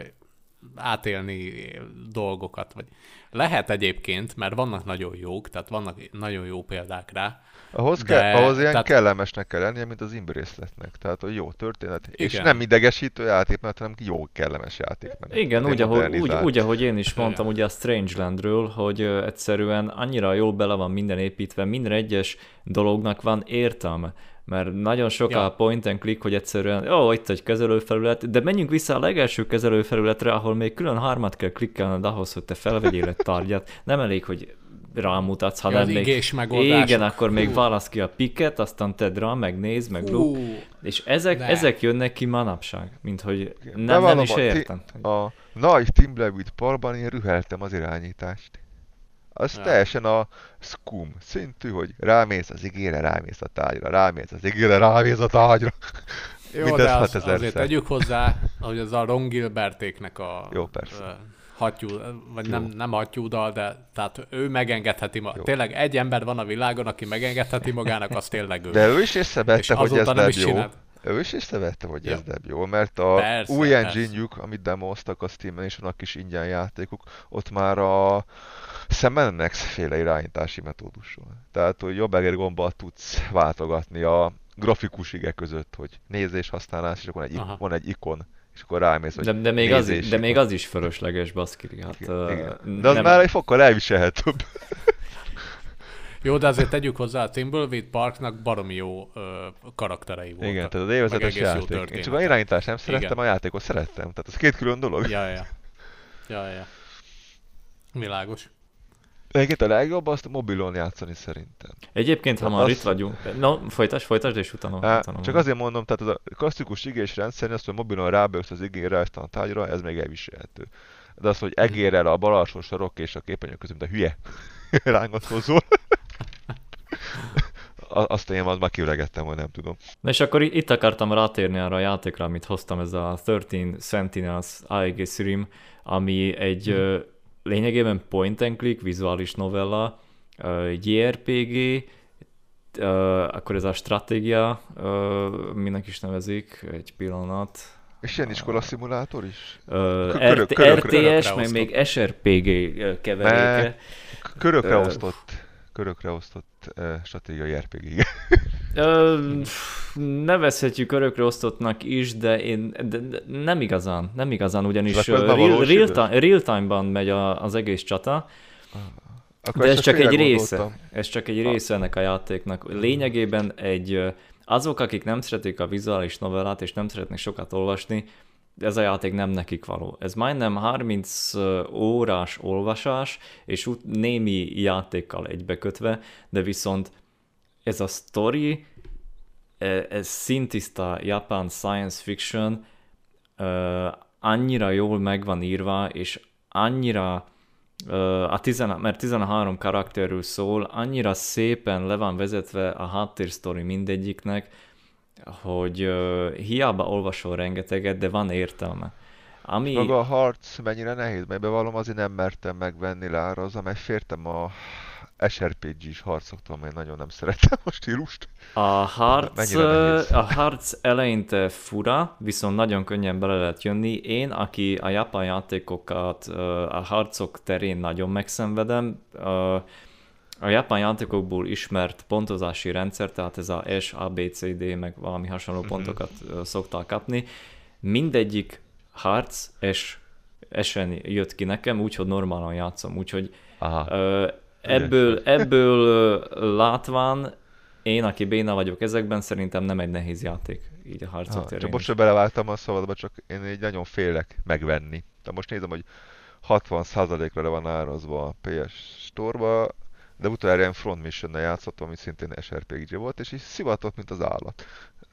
átélni dolgokat, vagy lehet egyébként, mert vannak nagyon jók, tehát vannak nagyon jó példák rá. Ahhoz ilyen kellemesnek kell lennie, mint az Embrace-letnek. Tehát, hogy jó történet. Igen. És nem idegesítő játék, mert hanem jó kellemes játék. Igen, úgy, ahogy én is mondtam ugye a Strangelandről, hogy egyszerűen annyira jól bele van minden építve, minden egyes dolognak van értelme. Mert nagyon sok a point and click, hogy egyszerűen, itt egy kezelőfelület, de menjünk vissza a legelső kezelőfelületre, ahol még külön 3 kell klikkelned ahhoz, hogy te felvegyél egy tárgyat. Nem elég, hogy rámutatsz, hanem még... Igen, akkor még válasz ki a piket, aztán tedd rá, meg nézd, meg loop. És ezek jönnek ki manapság, mint hogy nem is értem. A nagy Team Levitt parban én rüheltem az irányítást. Az teljesen a Scum szintű, hogy rámész az igére, rámész a tárgyra, rámész az igére, rámész a tárgyra. Jó, de azért tegyük hozzá, hogy az a Ron Gilbertéknek a hattyú, vagy nem hattyúdal, de tehát ő megengedheti tényleg egy ember van a világon, aki megengedheti magának, az tényleg ő. De ő is észrevette, hogy ez nem jó. Ő is észrevette, hogy ez nem jó, mert a új engine-jük, amit demoztak a Steam-en, és vannak is ingyen játékuk, ott már a Sam Nex féle irányítási metódusról. Tehát, hogy jobb-egér gombbal tudsz váltogatni a grafikus ige között, hogy nézés, használás, és akkor van egy ikon, és akkor rámész, hogy de még az is fölösleges, baszki. Hát, de az már egy fokkal elviselhetőbb. Jó, de azért tegyük hozzá, a Thimbleweed Parknak baromi jó karakterei voltak. Igen, tehát az élvezetes játék. Én csak a irányítást nem szerettem, a játékot szerettem. Tehát ez két külön dolog. Ja. Világos. Egyébként a legjobb azt mobilon játszani szerintem. Egyébként, ha már itt vagyunk... No, folytasd, és utána. Csak azért mondom, tehát az a klasszikus igés rendszer, azt, hogy mobilon ráböksz az igére, aztán a tárgyra, ez még elviselhető. De az, hogy egérrel a bal alsó sarok és a képernyő között, mint a hülye rángatózol. Azt én már kiüregettem, vagy nem tudom. Na és akkor itt akartam rátérni arra a játékra, amit hoztam, ez a 13 Sentinels Aegis Rim, ami egy lényegében point and click, vizuális novella, JRPG, akkor ez a stratégia, minek is nevezik, egy pillanat. És ilyen iskola szimulátor is? RTS, meg még SRPG keveréke. Körökre osztott stratégiai RPG. Nevezhetjük körökre osztottnak is, de nem igazán, ugyanis real-time-ban megy az egész csata, de ez csak egy része. Ez csak egy része ennek a játéknak. Lényegében azok, akik nem szeretik a vizuális novellát, és nem szeretnek sokat olvasni, ez a játék nem nekik való. Ez majdnem 30 órás olvasás, és némi játékkal egybekötve, de viszont ez a story, ez szintiszta japán science fiction, annyira jól meg van írva, és annyira mert 13 karakterről szól, annyira szépen le van vezetve a háttérsztori mindegyiknek, hogy hiába olvasol rengeteget, de van értelme. És maga a harc mennyire nehéz, mert bevallom, azért nem mertem megvenni leárazza, mert fértem a SRPG-s harcoktól, mert nagyon nem szerettem a stílust. A harc eleinte fura, viszont nagyon könnyen bele lehet jönni. Én, aki a japán játékokat a harcok terén nagyon megszenvedem, a japán játékokból ismert pontozási rendszer, tehát ez a S, A, B, C, D, meg valami hasonló pontokat szokták kapni. Mindegyik harc S-en jött ki nekem, úgyhogy normálon játszom. Úgyhogy ebből látván én, aki béna vagyok ezekben, szerintem nem egy nehéz játék így a harcok terén. Csak most, hogy belevágtam a szabadba, csak én így nagyon félek megvenni. De most nézem, hogy 60%-ra le van árazva a PS Store-ba, de utoljára ilyen Front Mission-nel játszottam, ami szintén SRPG volt, és így szivatott, mint az állat.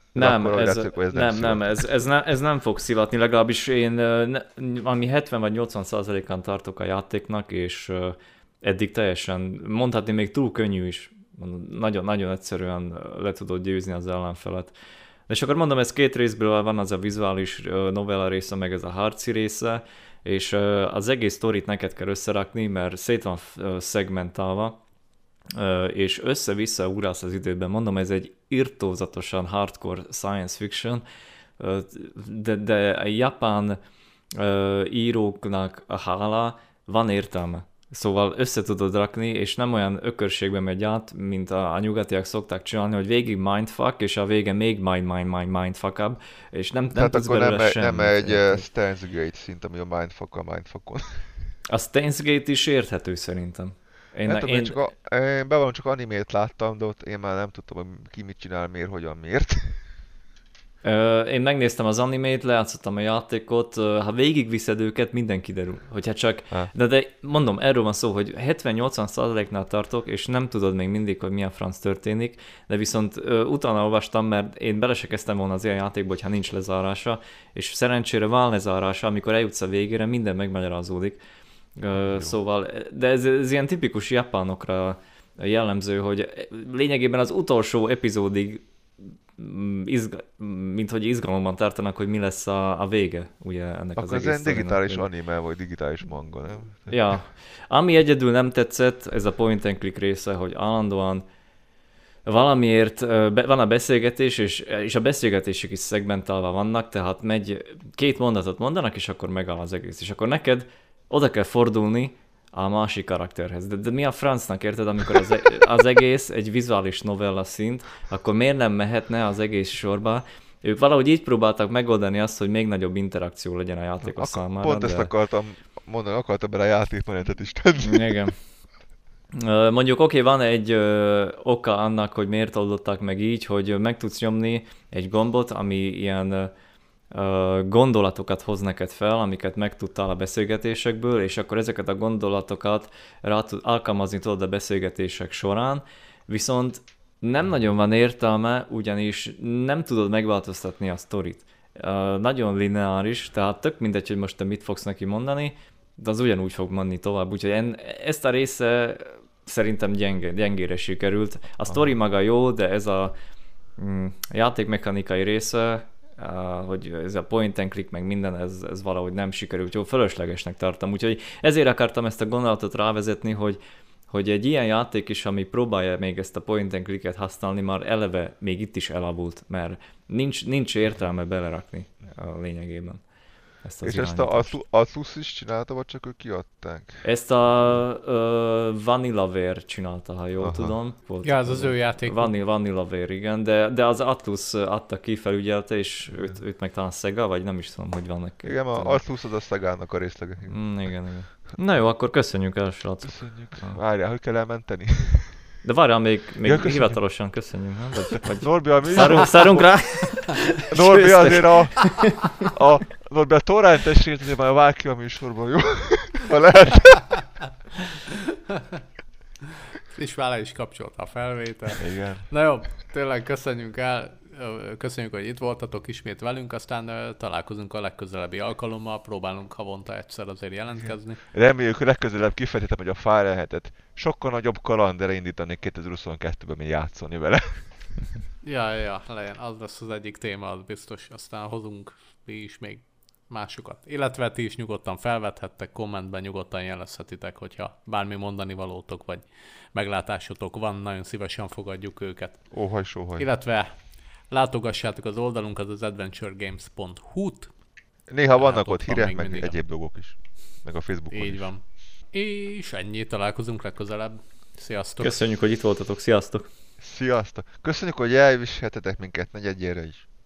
Ez nem fog szivatni, legalábbis én ami 70 vagy 80%-án tartok a játéknak, és eddig teljesen, mondhatni még túl könnyű is, nagyon egyszerűen le tudod győzni az ellenfelet. És akkor mondom, ez két részből van, az a vizuális novella része, meg ez a harci része, és az egész sztorit neked kell összerakni, mert szét van szegmentálva, és össze-vissza ugrálsz az időben. Mondom, ez egy irtózatosan hardcore science fiction, de a japán íróknak a hála van értelme. Szóval össze tudod rakni, és nem olyan ökörségbe megy át, mint a nyugatiak szokták csinálni, hogy végig mindfuck, és a vége még mindfuck-up, és nem tudsz belőle semmit. Nem egy Steins Gate szint, ami a mindfuckon. A Steins Gate is érthető szerintem. Én bevallom, csak animét láttam, de ott én már nem tudtam, hogy ki mit csinál, miért, hogyan, miért. Én megnéztem az animét, lejátszottam a játékot, ha végigviszed őket, minden kiderül. Hogyha csak... De mondom, erről van szó, hogy 70-80%-nál tartok, és nem tudod még mindig, hogy milyen franc történik, de viszont utána olvastam, mert én bele se kezdtem volna az ilyen játékba, hogyha nincs lezárása, és szerencsére van lezárása, amikor eljutsz a végére, minden megmagyarázódik. Szóval, de ez ilyen tipikus japánokra jellemző, hogy lényegében az utolsó epizódig mint hogy izgalomban tartanak, hogy mi lesz a vége, ugye ennek akkor az egész. Akkor ez digitális anime, vagy digitális manga, nem? Ja. Ami egyedül nem tetszett, ez a point and click része, hogy állandóan valamiért van a beszélgetés, és a beszélgetések is szegmentálva vannak, tehát két mondatot mondanak, és akkor megáll az egész. És akkor neked oda kell fordulni a másik karakterhez. De mi a francnak, érted, amikor az egész egy vizuális novella szint, akkor miért nem mehetne az egész sorba? Ők valahogy így próbáltak megoldani azt, hogy még nagyobb interakció legyen a játékos számára. Pont ezt akartam mondani, akartam bele a játékmenetet is tenni. Igen. Mondjuk oké, van egy oka annak, hogy miért oldották meg így, hogy meg tudsz nyomni egy gombot, ami ilyen gondolatokat hoz neked fel, amiket megtudtál a beszélgetésekből, és akkor ezeket a gondolatokat alkalmazni tudod a beszélgetések során, viszont nem nagyon van értelme, ugyanis nem tudod megváltoztatni a sztorit. Nagyon lineáris, tehát tök mindegy, hogy most te mit fogsz neki mondani, de az ugyanúgy fog menni tovább, úgyhogy ezt a része szerintem gyengére sikerült. A sztori maga jó, de ez a játékmechanikai része, hogy ez a point and click meg minden, ez valahogy nem sikerült, jó, fölöslegesnek tartom, úgyhogy ezért akartam ezt a gondolatot rávezetni, hogy egy ilyen játék is, ami próbálja még ezt a point and clicket használni, már eleve még itt is elavult, mert nincs értelme belerakni a lényegében. És ezt a Asus is csinálta, vagy csak ők kiadták? Ezt a Vanillaware csinálta, ha jól tudom. Ja, ez az ő játék. Vanillaware, igen, de az Atlus adta ki, felügyelte, és őt meg talán Sega, vagy nem is tudom, hogy vannak. Igen, az Atlus az a Sega-nak a részlege. Igen. Na jó, akkor köszönjük el, srácok. Köszönjük. Várjál, hogy kell elmenteni? De várjál, még hivatalosan köszönjük, nem? Vagy Norbi, szárunk rá? Norbi azért Norbi a torrentesét azért már vág ki a műsorban, jó? Ha lehet. És már le is kapcsolta a felvétel. Igen. Na jó, tényleg köszönjük el. köszönjük, hogy itt voltatok ismét velünk, aztán találkozunk a legközelebbi alkalommal, próbálunk havonta egyszer azért jelentkezni. Reméljük, hogy legközelebb kifejtettem, hogy a Fahrenheit-et sokkal nagyobb kalandra indítani 2022-ben, mint játszani vele. Ja, legyen, az lesz az egyik téma, az biztos, aztán hozunk mi is még másokat. Illetve ti is nyugodtan felvethettek, kommentben nyugodtan jelezhetitek, hogyha bármi mondani valótok, vagy meglátásotok van, nagyon szívesen fogadjuk őket. Óhaj, sóhaj. Illetve látogassátok az oldalunkat, az adventuregames.hu-t. Néha vannak Hát ott van hírek, még meg mindig egyéb dolgok is. Meg a Facebookon Így is. van. És ennyi, találkozunk legközelebb. Sziasztok! Köszönjük, hogy itt voltatok, sziasztok! Sziasztok! Köszönjük, hogy elviseltetek minket negyedjére is.